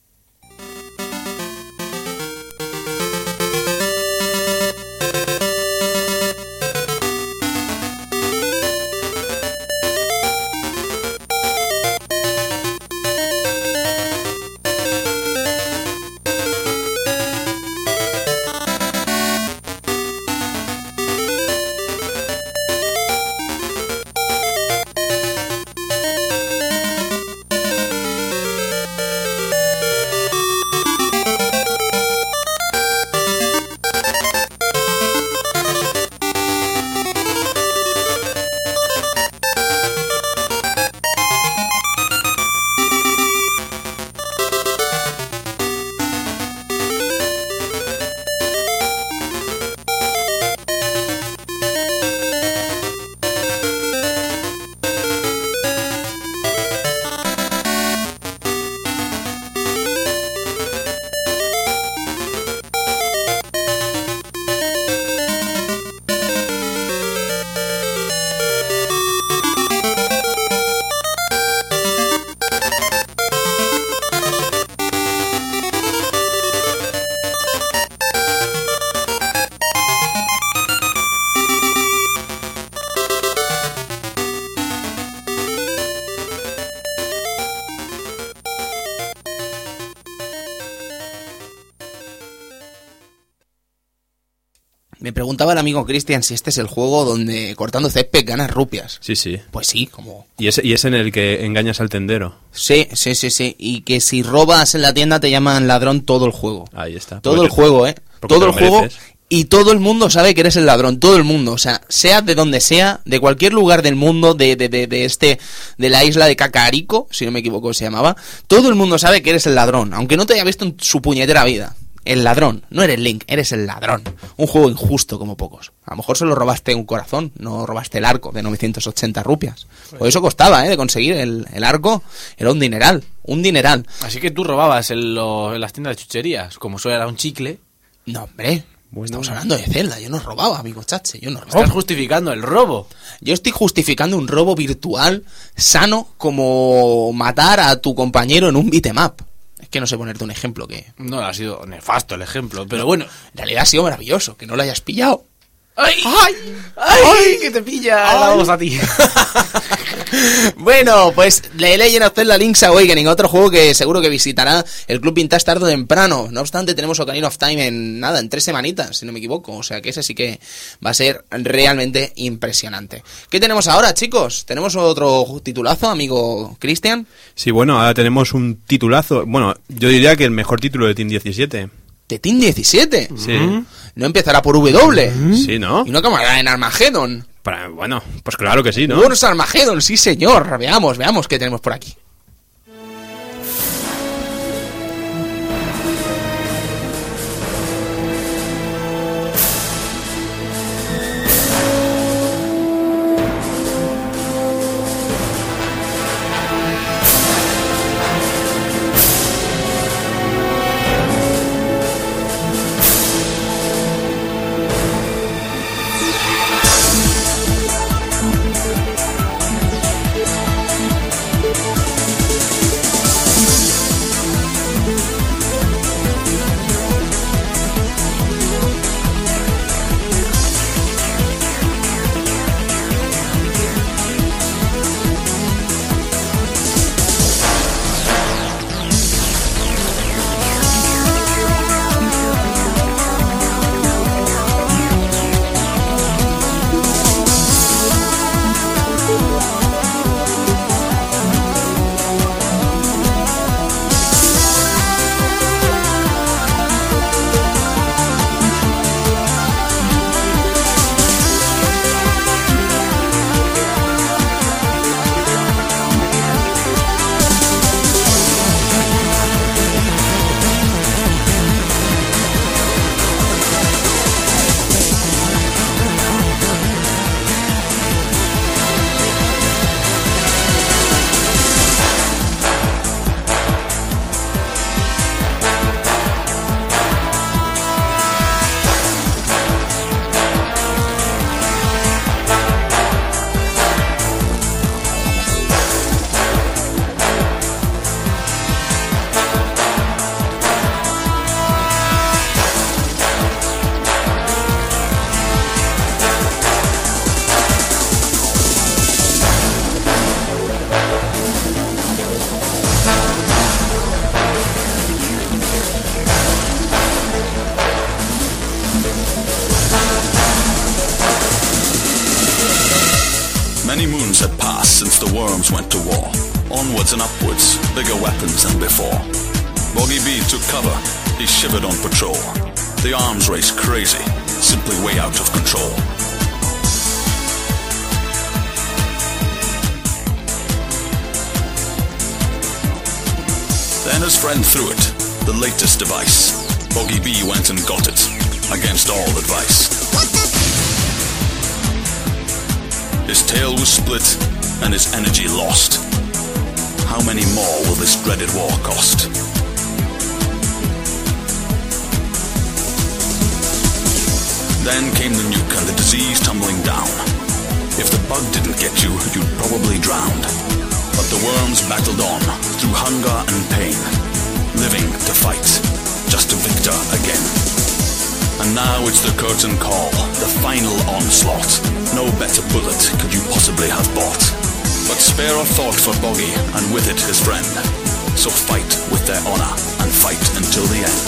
Me preguntaba el amigo Cristian si este es el juego donde cortando césped ganas rupias. Sí, sí. Pues sí, como... Y es, y es en el que engañas al tendero. Sí, sí, sí, sí. Y que si robas en la tienda te llaman ladrón todo el juego. Ahí está. Todo Porque el te- juego, ¿eh? porque Todo te el lo juego. mereces. Y todo el mundo sabe que eres el ladrón. Todo el mundo. O sea, sea de donde sea, de cualquier lugar del mundo, de, de, de, de este, de la isla de Cacarico, si no me equivoco se llamaba. Todo el mundo sabe que eres el ladrón. Aunque no te haya visto en su puñetera vida. El ladrón. No eres Link, eres el ladrón. Un juego injusto como pocos. A lo mejor solo robaste un corazón, no robaste el arco de novecientos ochenta rupias. O eso costaba, ¿eh? De conseguir el, el arco. Era un dineral. Un dineral. Así que tú robabas en, lo- en las tiendas de chucherías, como eso era un chicle. No, hombre. Bueno. Estamos hablando de Zelda. Yo no robaba, amigo Chache. Yo no Estás robaba. justificando el robo. Yo estoy justificando un robo virtual sano como matar a tu compañero en un beat'em up. Es que no sé ponerte un ejemplo que... No, ha sido nefasto el ejemplo, pero bueno. En realidad ha sido maravilloso, que no lo hayas pillado. ¡Ay! ¡Ay! ¡Ay! ¡Que te pilla! Vamos a ti. Bueno, pues The Legend of Zelda Link's Awakening, otro juego que seguro que visitará el Club Vintage tarde o temprano. No obstante, tenemos Ocarina of Time en nada, en tres semanitas, si no me equivoco. O sea que ese sí que va a ser realmente impresionante. ¿Qué tenemos ahora, chicos? ¿Tenemos otro titulazo, amigo Cristian? Sí, bueno, ahora tenemos un titulazo. Bueno, yo diría que el mejor título de Team diecisiete. ¿De Team diecisiete? Sí. ¿No empezará por W? Sí, ¿no? ¿Y no acabará en Armageddon? Para- bueno, pues claro que sí, ¿no? Wars Armageddon, sí señor. Veamos, veamos qué tenemos por aquí. once the worms went to war. Onwards and upwards, bigger weapons than before. Boggy B took cover, he shivered on patrol. The arms race crazy, simply way out of control. Then his friend threw it, the latest device. Boggy B went and got it, against all advice. His tail was split, and his energy lost. How many more will this dreaded war cost? Then came the nuke and the disease tumbling down. If the bug didn't get you, you'd probably drowned. But the worms battled on, through hunger and pain, living to fight, just to victor again. And now it's the curtain call, the final onslaught. No better bullet could you possibly have bought. But spare a thought for Boggy, and with it his friend. So fight with their honor, and fight until the end.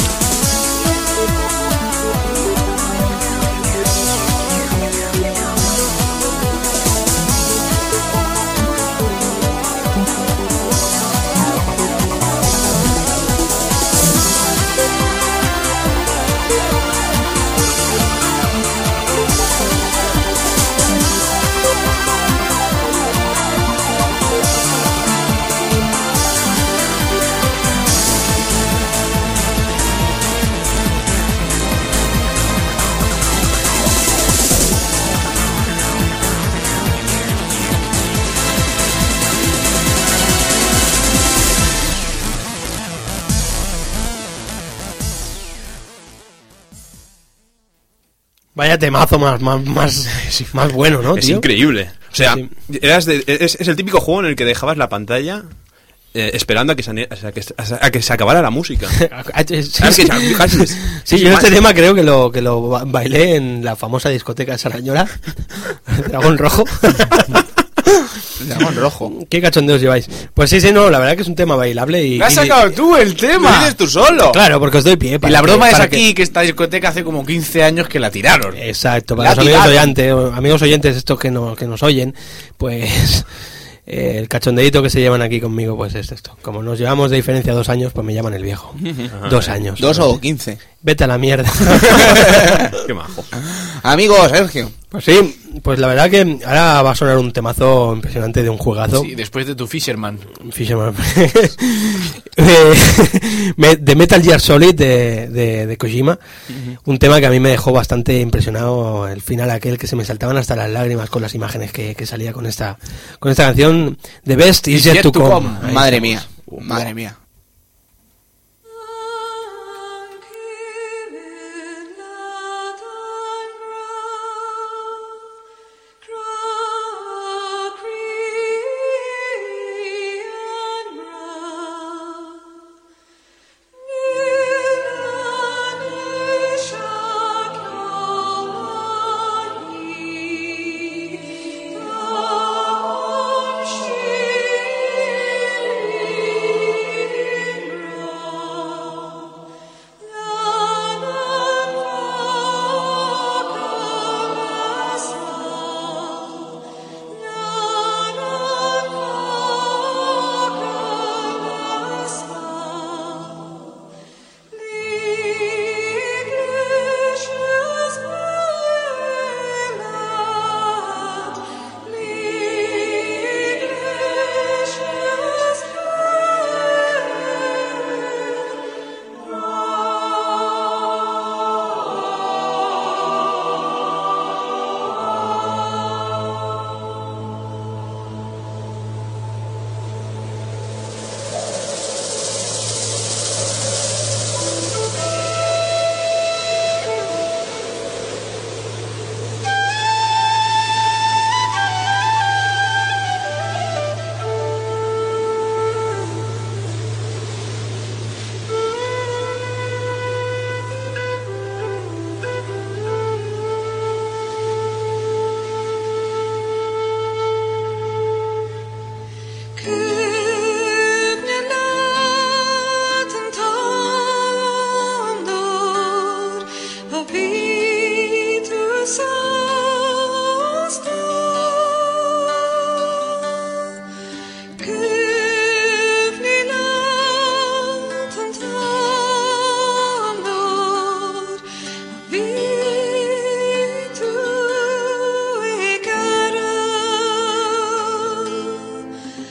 Vaya temazo más más más, más bueno, ¿no, Es tío? increíble. O sea, Sí. eras de- es, es el típico juego en el que dejabas la pantalla eh, esperando a que, se, ane- a, que, a que se acabara la música. Sí, sí, yo este tema creo que lo que lo ba- bailé en la famosa discoteca de Sarañola, Dragón Rojo. Dragón Rojo. ¿Qué cachondeos lleváis? Pues sí, sí, no, la verdad que es un tema bailable y... ¡Me has y- sacado tú el tema! Lo dices tú solo. Claro, porque os doy pie. Y para la que- broma es para aquí, que esta discoteca hace como quince años que la tiraron. Exacto, La para los amigos tiraron. oyentes, amigos oyentes estos que, no, que nos oyen, pues eh, el cachondeito que se llevan aquí conmigo pues es esto. Como nos llevamos de diferencia dos años, pues me llaman el viejo. Dos años. Dos o quince. Vete a la mierda. Qué majo. Amigo Sergio. Pues sí, pues la verdad que ahora va a sonar un temazo impresionante de un juegazo. Sí, después de tu Fisherman. Fisherman. Eh, me- de Metal Gear Solid de, de, de Kojima. Un tema que a mí me dejó bastante impresionado, el final aquel que se me saltaban hasta las lágrimas con las imágenes que, que salía con esta con esta canción. The Best is Yet to Come. Ahí Madre estamos. mía. Madre mía. Thank you.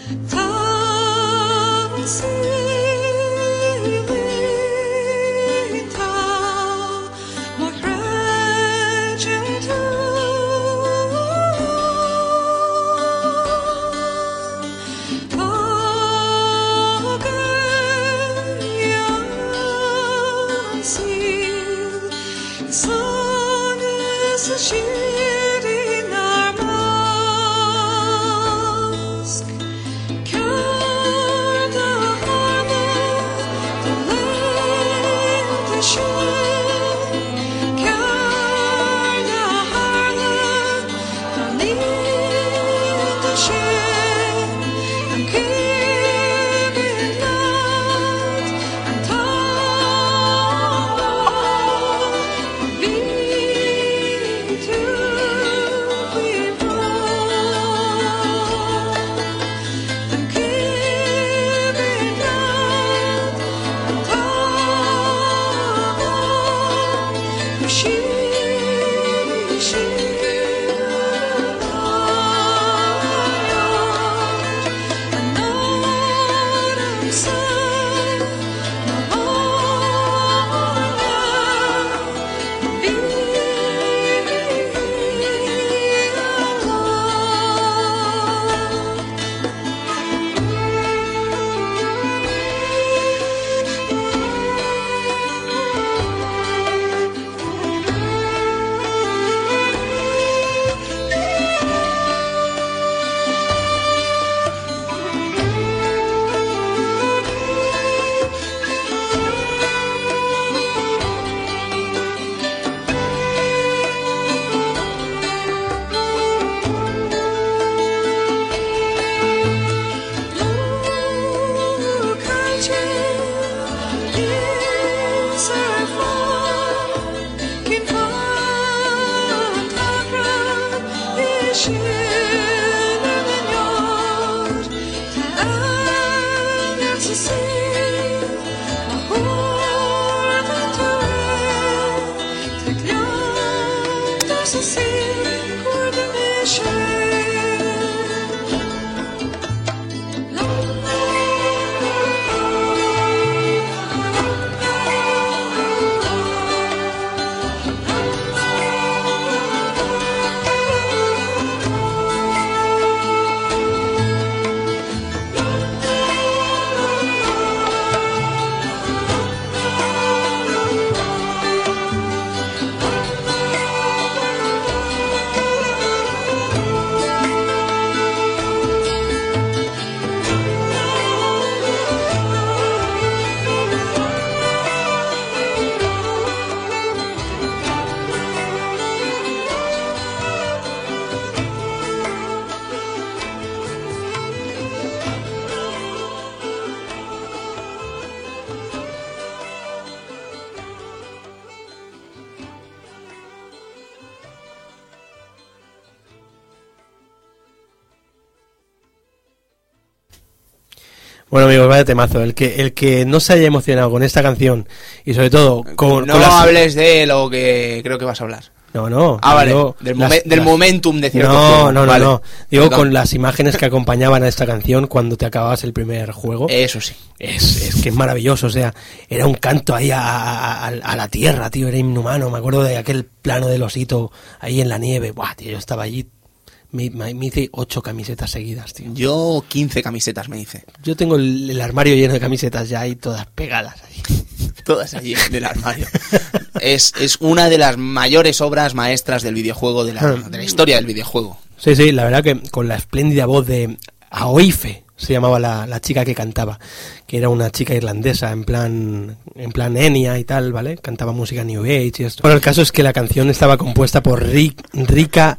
Bueno, amigos, vaya temazo. El que el que no se haya emocionado con esta canción y sobre todo con... No con las... hables de lo que creo que vas a hablar. No, no. Ah, vale. Digo, del, las, momen, del las... momentum de cierto no, juego. No, no, vale. no. Digo, Venga. con las imágenes que acompañaban a esta canción cuando te acababas el primer juego. Eso sí. Es, es que es maravilloso, o sea, era un canto ahí a, a, a la tierra, tío, era inhumano. Me acuerdo de aquel plano del osito ahí en la nieve. Buah, tío, yo estaba allí. Me, me, me hice ocho camisetas seguidas, tío. Yo quince camisetas me hice. Yo tengo el, el armario lleno de camisetas ya ahí todas pegadas allí. Todas allí en el armario. es, es una de las mayores obras maestras del videojuego, de la, de la historia del videojuego. Sí, sí, la verdad que con la espléndida voz de Aoife, se llamaba la, la chica que cantaba, que era una chica irlandesa en plan en plan Enya y tal, ¿vale? Cantaba música New Age y esto. Bueno, el caso es que la canción estaba compuesta por Rick, Rika...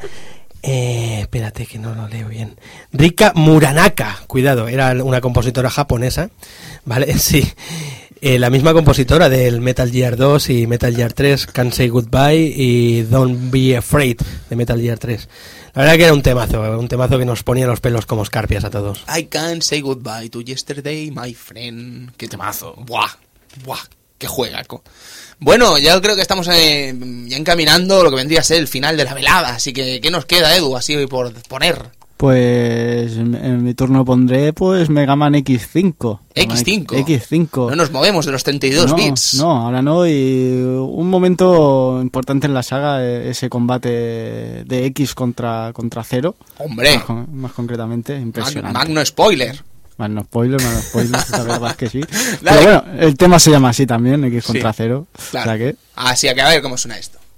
Eh, espérate que no lo leo bien. Rika Muranaka, cuidado, era una compositora japonesa, ¿vale? Sí, eh, la misma compositora del Metal Gear dos y Metal Gear tres, Can't Say Goodbye y Don't Be Afraid de Metal Gear tres. La verdad que era un temazo, un temazo que nos ponía los pelos como escarpias a todos. I can't say goodbye to yesterday, my friend. Qué temazo. Buah, buah, qué juegaco. Bueno, ya creo que estamos eh, ya encaminando lo que vendría a ser el final de la velada, así que ¿qué nos queda, Edu, así por poner? Pues en, en mi turno pondré pues Mega Man equis cinco. equis cinco. equis cinco. No nos movemos de los treinta y dos no, bits. No, ahora no. Y un momento importante en la saga, ese combate de X contra, contra Zero. Hombre. Más, más concretamente, impresionante. Mag, magno spoiler. Magno spoiler, magno spoiler, la verdad es que sí. Pero bueno, el tema se llama así también, X contra sí, Zero. Claro. O sea que... Así que a ver cómo suena esto.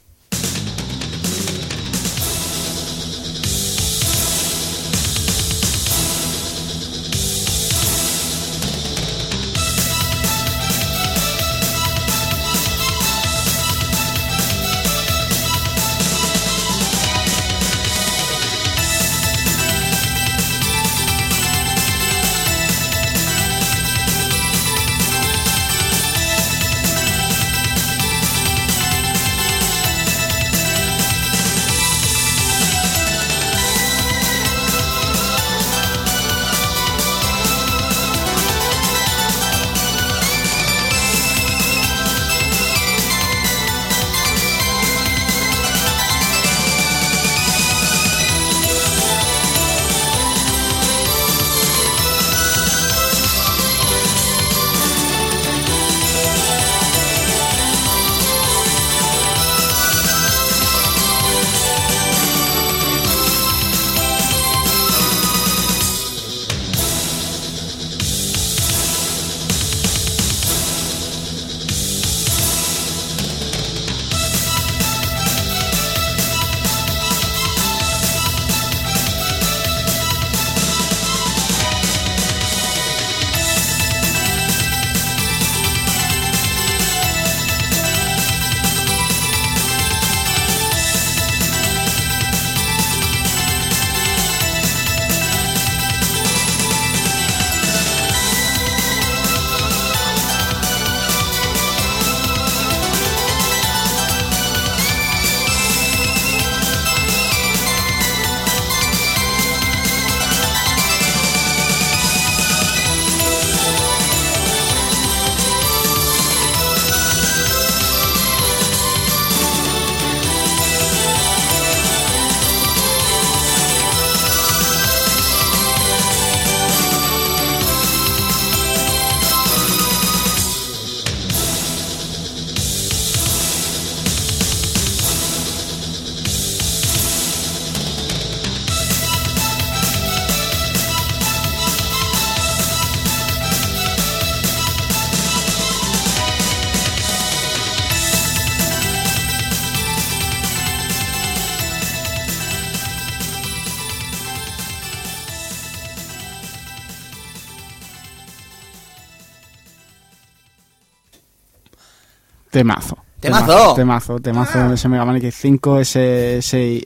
Temazo. Temazo. Temazo, temazo, ah. Ese Mega Man equis cinco, ese... ese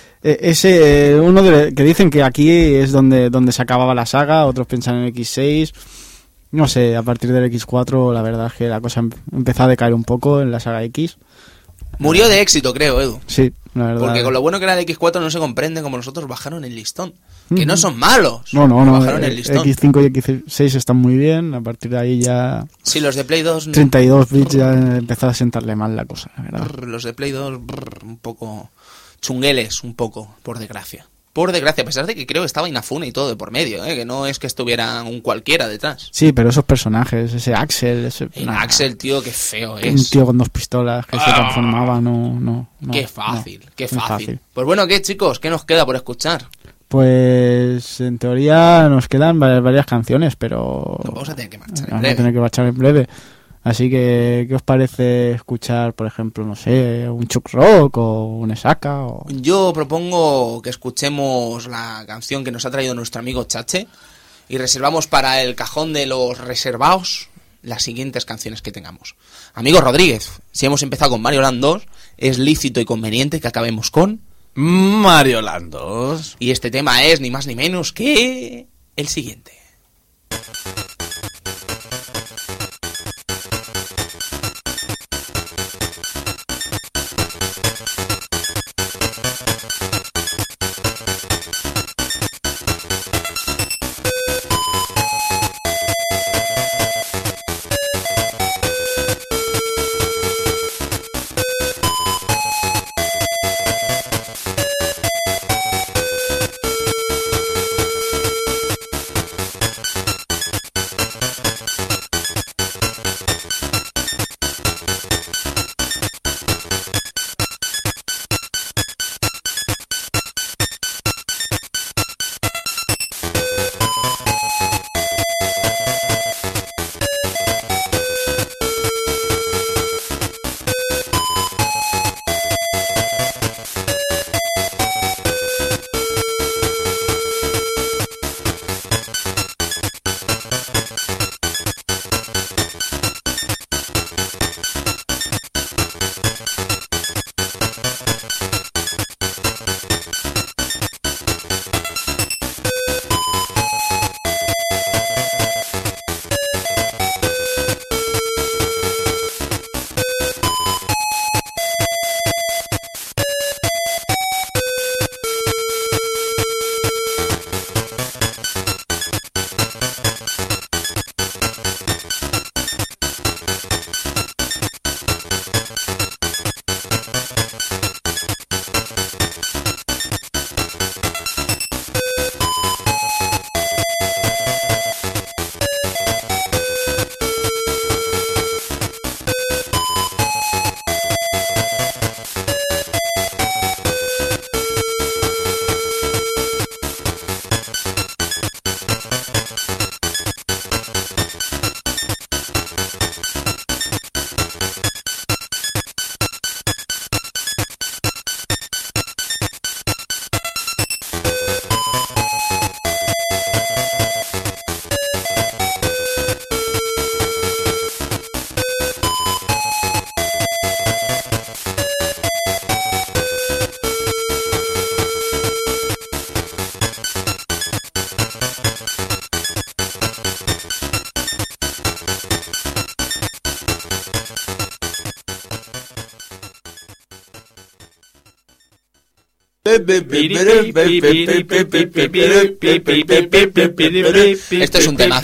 ese uno de, que dicen que aquí es donde donde se acababa la saga, otros piensan en equis seis, no sé, a partir del equis cuatro la verdad es que la cosa empezó a decaer un poco en la saga X. Murió de éxito, creo, Edu. Sí, la verdad. Porque con lo bueno que era el equis cuatro no se comprende como nosotros bajaron el listón. Que no son malos. No, no, no. Bajaron el listón. equis cinco y equis seis están muy bien. A partir de ahí ya... Sí, los de Play dos... treinta y dos bits ya empezó a sentarle mal la cosa, la verdad. Brr, los de Play dos, brr, un poco... chungueles, un poco, por desgracia. Por desgracia, a pesar de que creo que estaba Inafune y todo de por medio, ¿eh? Que no es que estuviera un cualquiera detrás. Sí, pero esos personajes, ese Axel... Ese, el nah, Axel, tío, qué feo es. Un tío con dos pistolas que ah, se transformaba, no... no, no qué fácil, no, qué fácil. fácil. Pues bueno, ¿qué, chicos? ¿Qué nos queda por escuchar? Pues en teoría nos quedan varias, varias canciones, pero... Nos vamos a tener que marchar en vamos breve. a tener que marchar en breve. Así que, ¿qué os parece escuchar, por ejemplo, no sé, un Chuck Rock o un Esaka? O... Yo propongo que escuchemos la canción que nos ha traído nuestro amigo Chache y reservamos para el cajón de los reservados las siguientes canciones que tengamos. Amigo Rodríguez, si hemos empezado con Mario Land dos, es lícito y conveniente que acabemos con... Mario Land dos. Y este tema es ni más ni menos que el siguiente. Esto es un temazo.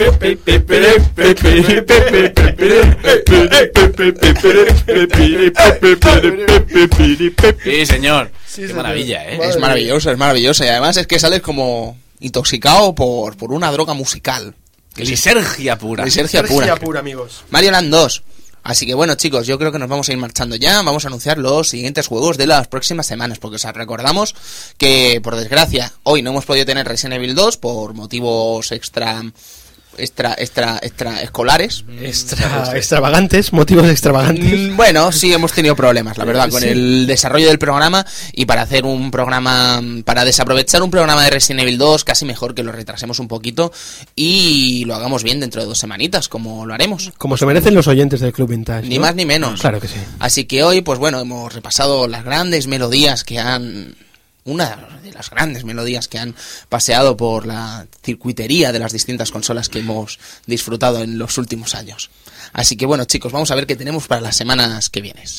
Sí, señor. Qué maravilla, ¿eh? Es maravilloso, es maravilloso. Y además es que sales como intoxicado por, por una droga musical. Lisergia pura. Lisergia pura. pura, amigos. Mario Land dos. Así que bueno, chicos, yo creo que nos vamos a ir marchando ya. Vamos a anunciar los siguientes juegos de las próximas semanas, porque os recordamos que, por desgracia, hoy no hemos podido tener Resident Evil dos por motivos extra... extra extra extra escolares, extra extravagantes, motivos extravagantes. Bueno, sí hemos tenido problemas, la verdad, con sí. el desarrollo del programa, y para hacer un programa, para desaprovechar un programa de Resident Evil dos, casi mejor que lo retrasemos un poquito y lo hagamos bien dentro de dos semanitas, como lo haremos. Como se merecen los oyentes del Club Vintage, ni ¿no? más ni menos. Claro que sí. Así que hoy, pues bueno, hemos repasado las grandes melodías que han... una de las grandes melodías que han paseado por la circuitería de las distintas consolas que hemos disfrutado en los últimos años. Así que bueno, chicos, vamos a ver qué tenemos para las semanas que vienen.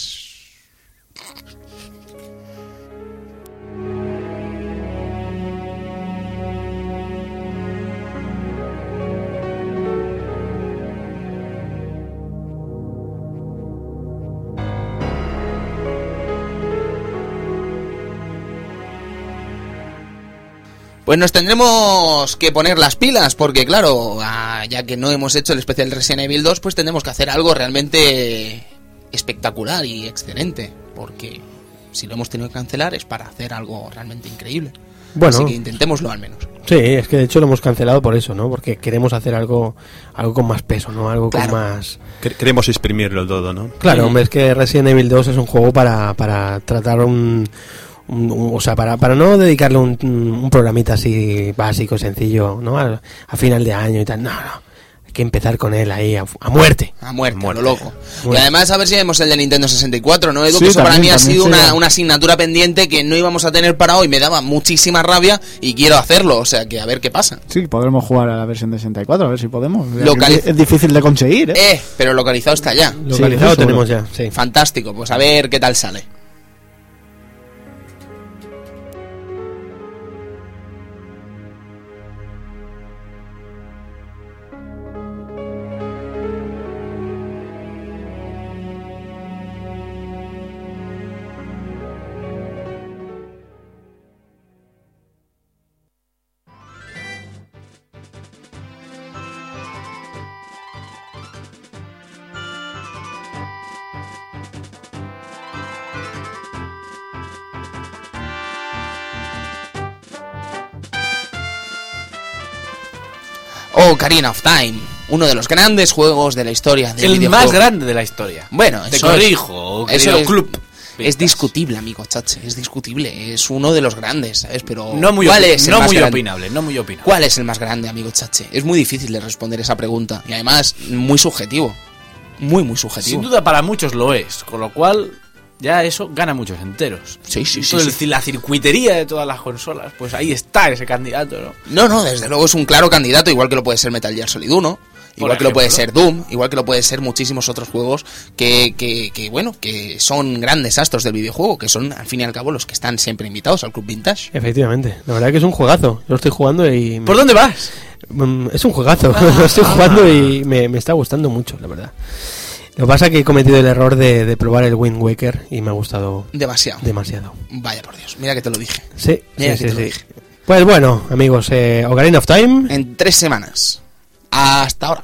Pues nos tendremos que poner las pilas, porque claro, ah, ya que no hemos hecho el especial Resident Evil dos, pues tendremos que hacer algo realmente espectacular y excelente, porque si lo hemos tenido que cancelar es para hacer algo realmente increíble. Bueno, así que intentémoslo al menos. Sí, es que de hecho lo hemos cancelado por eso, ¿no? Porque queremos hacer algo algo con más peso, ¿no? Algo claro. con más... Queremos exprimirlo todo, ¿no? Claro, hombre, es que Resident Evil dos es un juego para, para tratar un... Un, un, o sea, para, para no dedicarle un, un programita así básico, sencillo, ¿no? A, a final de año y tal. No, no. Hay que empezar con él ahí a, a muerte. A muerte, muerte. A lo loco. Muerte. Y además a ver si vemos el de Nintendo sesenta y cuatro, ¿no, Edu? Sí, que eso también, para mí ha sido una, sí. una asignatura pendiente que no íbamos a tener para hoy. Me daba muchísima rabia y quiero hacerlo. O sea, que a ver qué pasa. Sí, podremos jugar a la versión de sesenta y cuatro, a ver si podemos. Localiz- es difícil de conseguir, ¿eh? Eh, pero localizado está ya. Localizado sí, tenemos ya, sí. Fantástico, pues a ver qué tal sale. Ocarina of Time, uno de los grandes juegos de la historia del el videojuego. más grande de la historia. Bueno, te eso corrijo, es, eso es, club. Es discutible, amigo Chache, es discutible, es uno de los grandes, ¿sabes? Pero no muy, ¿cuál opi- es el no más muy grande? opinable, no muy opinable. ¿Cuál es el más grande, amigo Chache? Es muy difícil de responder esa pregunta y además muy subjetivo, muy muy subjetivo. Sin duda para muchos lo es, con lo cual ya eso gana muchos enteros. Sí, sí, sí, Entonces, sí. la circuitería de todas las consolas, pues ahí está ese candidato, ¿no? No, no, desde luego es un claro candidato, igual que lo puede ser Metal Gear Solid uno, igual que lo puede ser Doom, igual que lo puede ser muchísimos otros juegos que, que, que, bueno, que son grandes astros del videojuego, que son al fin y al cabo los que están siempre invitados al Club Vintage. Efectivamente, la verdad que es un juegazo. Yo lo estoy jugando y... ¿Por dónde vas? Es un juegazo, lo estoy jugando y me, me está gustando mucho, la verdad. Lo que pasa es que he cometido el error de, de probar el Wind Waker y me ha gustado Demasiado. demasiado. Vaya por Dios, mira que te lo dije. Sí, Mira sí, que sí, te lo sí. dije. Pues bueno, amigos, eh, Ocarina of Time. En tres semanas. Hasta ahora.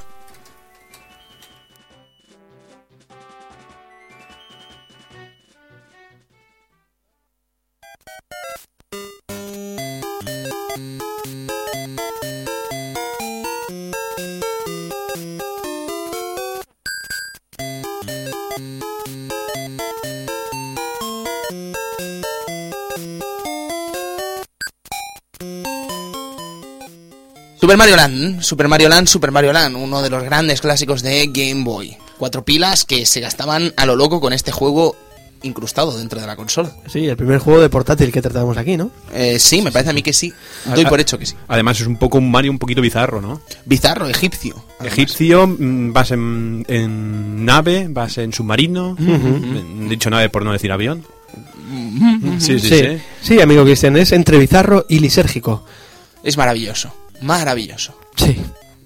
Super Mario Land, Super Mario Land, Super Mario Land, uno de los grandes clásicos de Game Boy. Cuatro pilas que se gastaban a lo loco con este juego incrustado dentro de la consola. Sí, el primer juego de portátil que tratamos aquí, ¿no? Eh, sí, me parece a mí que sí. Doy por hecho que sí. Además es un poco un Mario un poquito bizarro, ¿no? Bizarro, egipcio. además. Egipcio, mm, vas en, en nave, vas en submarino, Uh-huh. dicho nave por no decir avión. Sí, sí, Sí, sí. sí, amigo Cristian, es entre bizarro y lisérgico. Es maravilloso, maravilloso. Sí.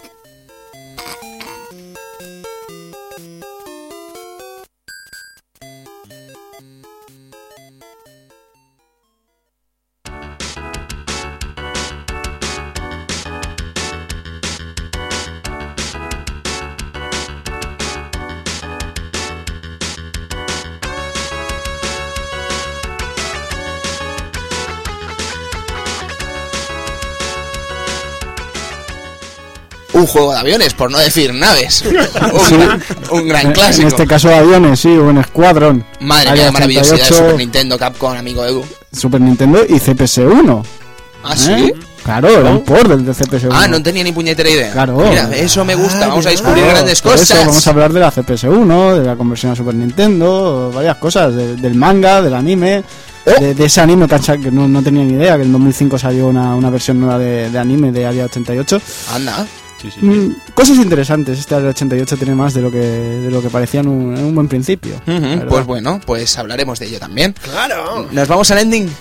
Un juego de aviones, por no decir naves. Un, Sí. gran, un gran En- clásico. En este caso aviones, sí, un Squadron. Madre Área mía, maravillosidad de ochenta y ocho, Super Nintendo, Capcom, amigo Edu. Super Nintendo y C P S uno. ¿Ah, sí? ¿Eh? Claro, era un port del de C P S uno. Ah, no tenía ni puñetera idea. Claro. Mira, eso me gusta, vamos a descubrir Claro, grandes por cosas. eso vamos a hablar de la C P S uno, de la conversión a Super Nintendo, varias cosas, de- del manga, del anime, Oh. de, de ese anime cacha, que no, no tenía ni idea, que en dos mil cinco salió una, una versión nueva de, de anime de Área ochenta y ocho. Anda. Sí, sí, sí. Mm, cosas interesantes, este Área ochenta y ocho tiene más de lo que, de lo que parecía en un, en un buen principio. la Ujú, verdad. pues bueno, pues hablaremos de ello también. Claro. Nos vamos al ending.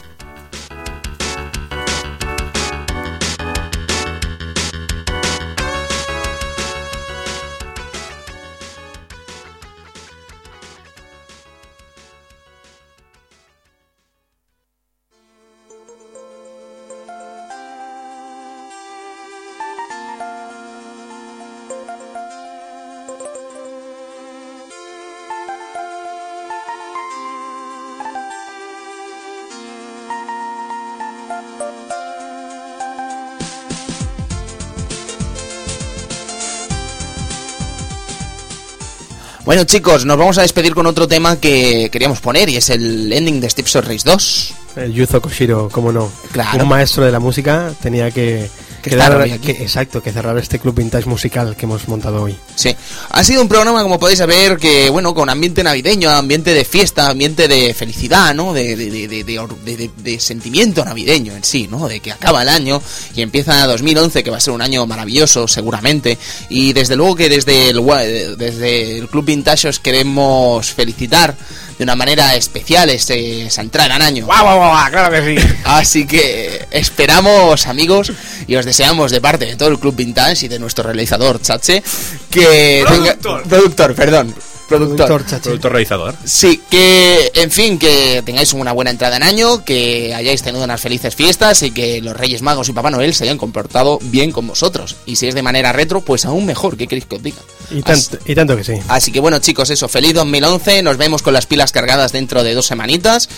Bueno, chicos, nos vamos a despedir con otro tema que queríamos poner y es el ending de Steps of Race dos. El Yuzo Koshiro, cómo no. Claro. Un maestro de la música tenía que, Que que estar dar- hoy aquí. que- exacto, que cerrar este club vintage musical que hemos montado hoy. Sí, ha sido un programa, como podéis saber, que, bueno, con ambiente navideño, ambiente de fiesta, ambiente de felicidad, ¿no? De, de, de, de, de, or- de- de- de sentimiento navideño en sí, ¿no? De que acaba el año y empieza dos mil once, que va a ser un año maravilloso, seguramente. Y desde luego que desde el, gua- desde el Club Vintage os queremos felicitar de una manera especial ese, esa entrada en año. ¡Guau, guau, guau! ¡Claro que sí! Así que esperamos, amigos, y os deseamos de parte de todo el Club Vintage y de nuestro realizador Chache que Productor. tenga- productor, perdón, productor. Productor, chachi. Productor realizador. Sí, que en fin, que tengáis una buena entrada en año, que hayáis tenido unas felices fiestas y que los Reyes Magos y Papá Noel se hayan comportado bien con vosotros. Y si es de manera retro, pues aún mejor, ¿qué queréis que os diga? Y Así- tanto, y tanto que sí. Así que bueno, chicos, eso, feliz dos mil once, nos vemos con las pilas cargadas dentro de dos semanitas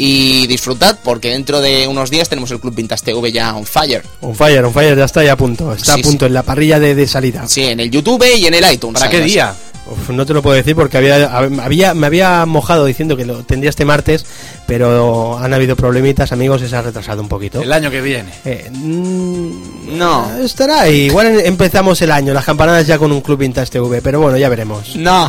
y disfrutad porque dentro de unos días tenemos el Club Vintage T V ya on fire. On fire, on fire, ya está ya a punto. Está Sí, a punto sí. en la parrilla de, de salida. Sí, en el YouTube y en el iTunes. ¿Para qué además. día? Uf, no te lo puedo decir porque había, había me había mojado diciendo que lo tendría este martes, pero han habido problemitas, amigos, y se ha retrasado un poquito. El año que viene. Eh, mm, No. Estará ahí. Igual en- empezamos el año, las campanadas ya con un Club Vintage T V, pero bueno, ya veremos. No.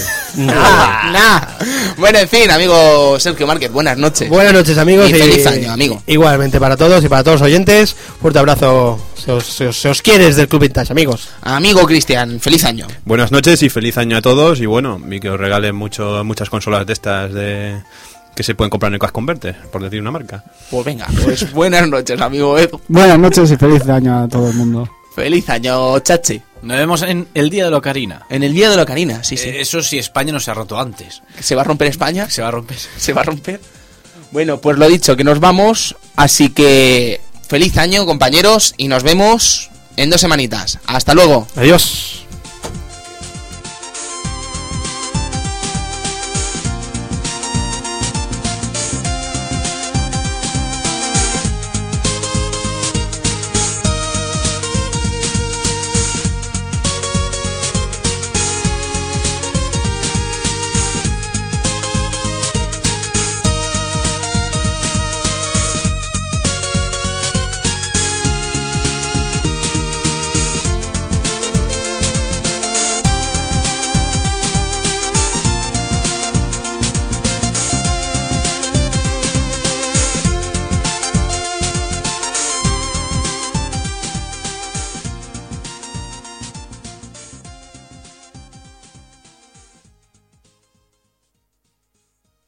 Nah. Nah. Bueno, en fin, amigo Sergio Márquez, buenas noches. Buenas noches, amigos. Y feliz año, amigo. Igualmente para todos y para todos los oyentes. Fuerte abrazo. Se os, se os- se os quiere desde el Club Vintage, amigos. Amigo Cristian, feliz año. Buenas noches y feliz año a todos. Y bueno, y que os regalen mucho, muchas consolas de estas de que se pueden comprar en el Cash Converter, por decir una marca. Pues venga, pues buenas noches, amigo Edu. Buenas noches y feliz año a todo el mundo. Feliz año, Chachi. Nos vemos en el Día de la Ocarina. En el día de la Ocarina, sí, sí. Eh, Eso si España no se ha roto antes. ¿Se va a romper España? Se va a romper. ¿Se va a romper? Bueno, pues lo dicho, que nos vamos. Así que feliz año, compañeros, y nos vemos en dos semanitas. Hasta luego. Adiós.